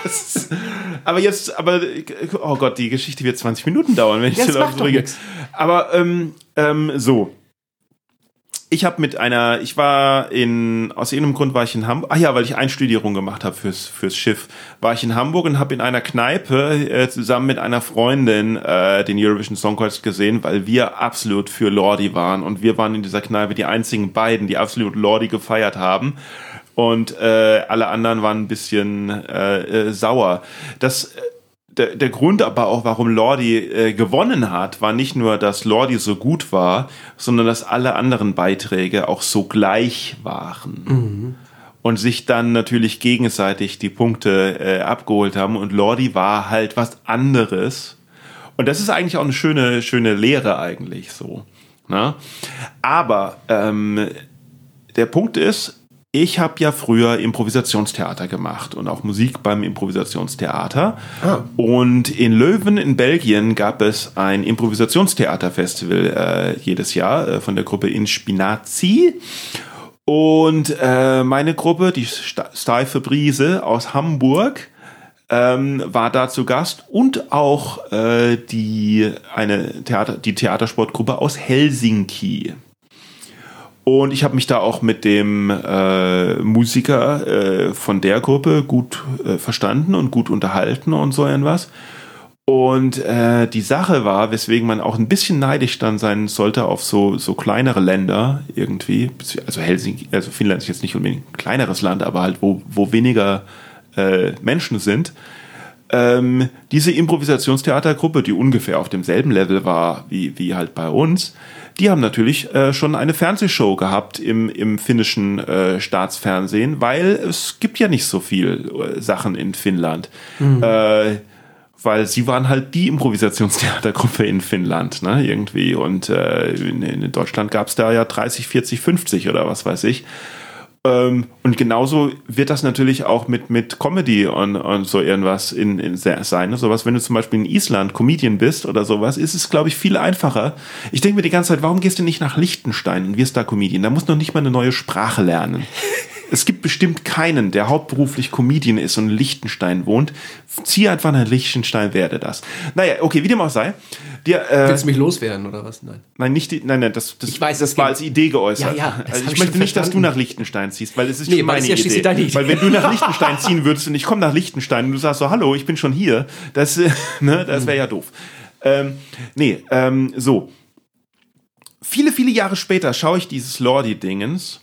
Aber jetzt, aber, oh Gott, die Geschichte wird zwanzig Minuten dauern, wenn ich sie noch bringe. Aber ähm, ähm, so. Ich habe mit einer, ich war in, aus irgendeinem Grund war ich in Hamburg, ach ja, weil ich Einstudierung gemacht habe fürs, fürs Schiff, war ich in Hamburg und habe in einer Kneipe äh, zusammen mit einer Freundin äh, den Eurovision Song Contest gesehen, weil wir absolut für Lordi waren und wir waren in dieser Kneipe die einzigen beiden, die absolut Lordi gefeiert haben. Und äh, alle anderen waren ein bisschen äh, äh, sauer. Das, der, der Grund aber auch, warum Lordi äh, gewonnen hat, war nicht nur, dass Lordi so gut war, sondern dass alle anderen Beiträge auch so gleich waren. Mhm. Und sich dann natürlich gegenseitig die Punkte äh, abgeholt haben. Und Lordi war halt was anderes. Und das ist eigentlich auch eine schöne, schöne Lehre eigentlich so. Na? Aber ähm, der Punkt ist, ich habe ja früher Improvisationstheater gemacht und auch Musik beim Improvisationstheater. Ah. Und in Leuven in Belgien gab es ein Improvisationstheaterfestival äh, jedes Jahr äh, von der Gruppe Inspinatie. Und äh, meine Gruppe, die Steife Brise aus Hamburg, ähm, war da zu Gast und auch äh, die, eine Theater, die Theatersportgruppe aus Helsinki. Und ich habe mich da auch mit dem äh, Musiker äh, von der Gruppe gut äh, verstanden und gut unterhalten und so irgendwas. Und äh, die Sache war, weswegen man auch ein bisschen neidisch dann sein sollte auf so, so kleinere Länder irgendwie. Also Helsinki, also Finnland ist jetzt nicht unbedingt ein kleineres Land, aber halt wo, wo weniger äh, Menschen sind. Ähm, diese Improvisationstheatergruppe, die ungefähr auf demselben Level war wie, wie halt bei uns, die haben natürlich äh, schon eine Fernsehshow gehabt im, im finnischen äh, Staatsfernsehen, weil es gibt ja nicht so viel äh, Sachen in Finnland. Mhm. Äh, weil sie waren halt die Improvisationstheatergruppe in Finnland, ne, irgendwie. Und äh, in, in Deutschland gab es da ja dreißig, vierzig, fünfzig oder was weiß ich. Ähm, und genauso wird das natürlich auch mit, mit Comedy und, und so irgendwas in, in sein. Sowas, wenn du zum Beispiel in Island Comedian bist oder sowas, ist es, glaube ich, viel einfacher. Ich denke mir die ganze Zeit, warum gehst du nicht nach Liechtenstein und wirst da Comedian? Da musst du noch nicht mal eine neue Sprache lernen. Es gibt bestimmt keinen, der hauptberuflich Comedian ist und in Liechtenstein wohnt. Zieh einfach nach Liechtenstein, werde das. Naja, okay, wie dem auch sei. Dir, äh,
Willst du mich loswerden oder was? Nein.
Nein, nicht die, nein, nein, das, das,
ich weiß,
das, das war als Idee geäußert.
Ja, ja,
also ich, ich möchte nicht, dass du nach Liechtenstein ziehst, weil es ist nee, schon meine
ja
Idee.
Deine Idee.
Weil wenn du nach Liechtenstein ziehen würdest und ich komme nach Liechtenstein und du sagst so, hallo, ich bin schon hier, das, äh, ne, das wäre ja doof. Ähm, nee, ähm, so. Viele, viele Jahre später schaue ich dieses Lordi-Dingens.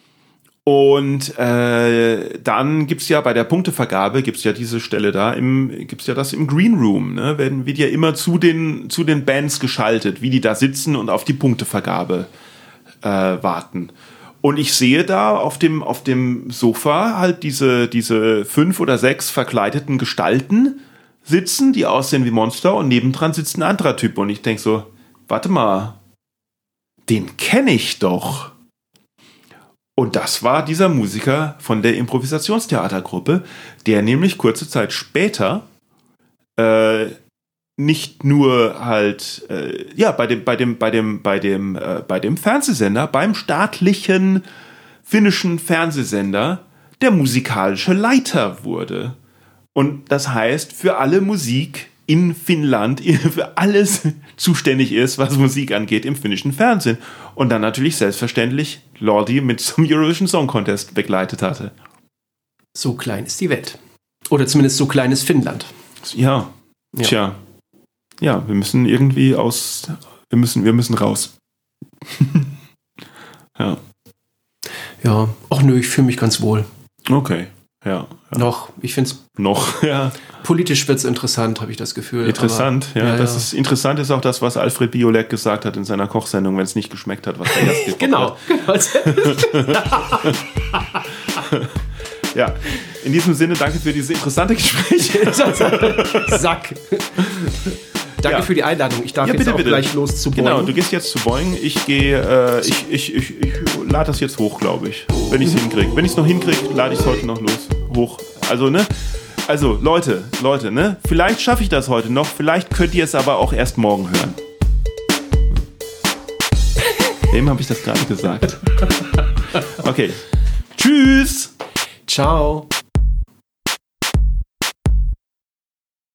Und äh, dann gibt's ja bei der Punktevergabe gibt's ja diese Stelle da im gibt's ja das im Green Room, ne, werden wird ja immer zu den zu den Bands geschaltet, wie die da sitzen und auf die Punktevergabe äh, warten. Und ich sehe da auf dem auf dem Sofa halt diese diese fünf oder sechs verkleideten Gestalten sitzen, die aussehen wie Monster, und nebendran sitzt ein anderer Typ und ich denk so, warte mal, den kenne ich doch. Und das war dieser Musiker von der Improvisationstheatergruppe, der nämlich kurze Zeit später äh, nicht nur halt äh, ja bei dem bei dem bei dem bei dem äh, bei dem Fernsehsender, beim staatlichen finnischen Fernsehsender der musikalische Leiter wurde. Und das heißt, für alle Musik in Finnland, für alles zuständig ist, was Musik angeht im finnischen Fernsehen. Und dann natürlich selbstverständlich Lordi mit zum Eurovision Song Contest begleitet hatte.
So klein ist die Welt. Oder zumindest so klein ist Finnland.
Ja, ja. Tja. Ja, wir müssen irgendwie aus, wir müssen, wir müssen raus. Ja.
Ja, ach nö, ich fühle mich ganz wohl.
Okay, ja. ja.
Noch, ich finde es...
Noch, ja.
Politisch wird es interessant, habe ich das Gefühl.
Interessant,
aber,
ja.
ja,
das
ja.
ist interessant ist auch das, was Alfred Biolek gesagt hat in seiner Kochsendung, wenn es nicht geschmeckt hat, was der Gast gekocht
genau.
hat. Ja, in diesem Sinne, danke für diese interessante Gespräche.
Sack. Danke ja. für die Einladung. Ich darf
ja, bitte,
jetzt auch
bitte.
gleich los zu Boing.
Genau, du gehst jetzt zu Boing. Ich gehe, äh, ich, ich, ich, ich lade das jetzt hoch, glaube ich. Wenn ich es hinkriege. Wenn ich es noch hinkriege, lade ich es heute noch los hoch. Also, ne? Also, Leute, Leute, ne? Vielleicht schaffe ich das heute noch. Vielleicht könnt ihr es aber auch erst morgen hören. Wem habe ich das gerade gesagt? Okay. Tschüss.
Ciao.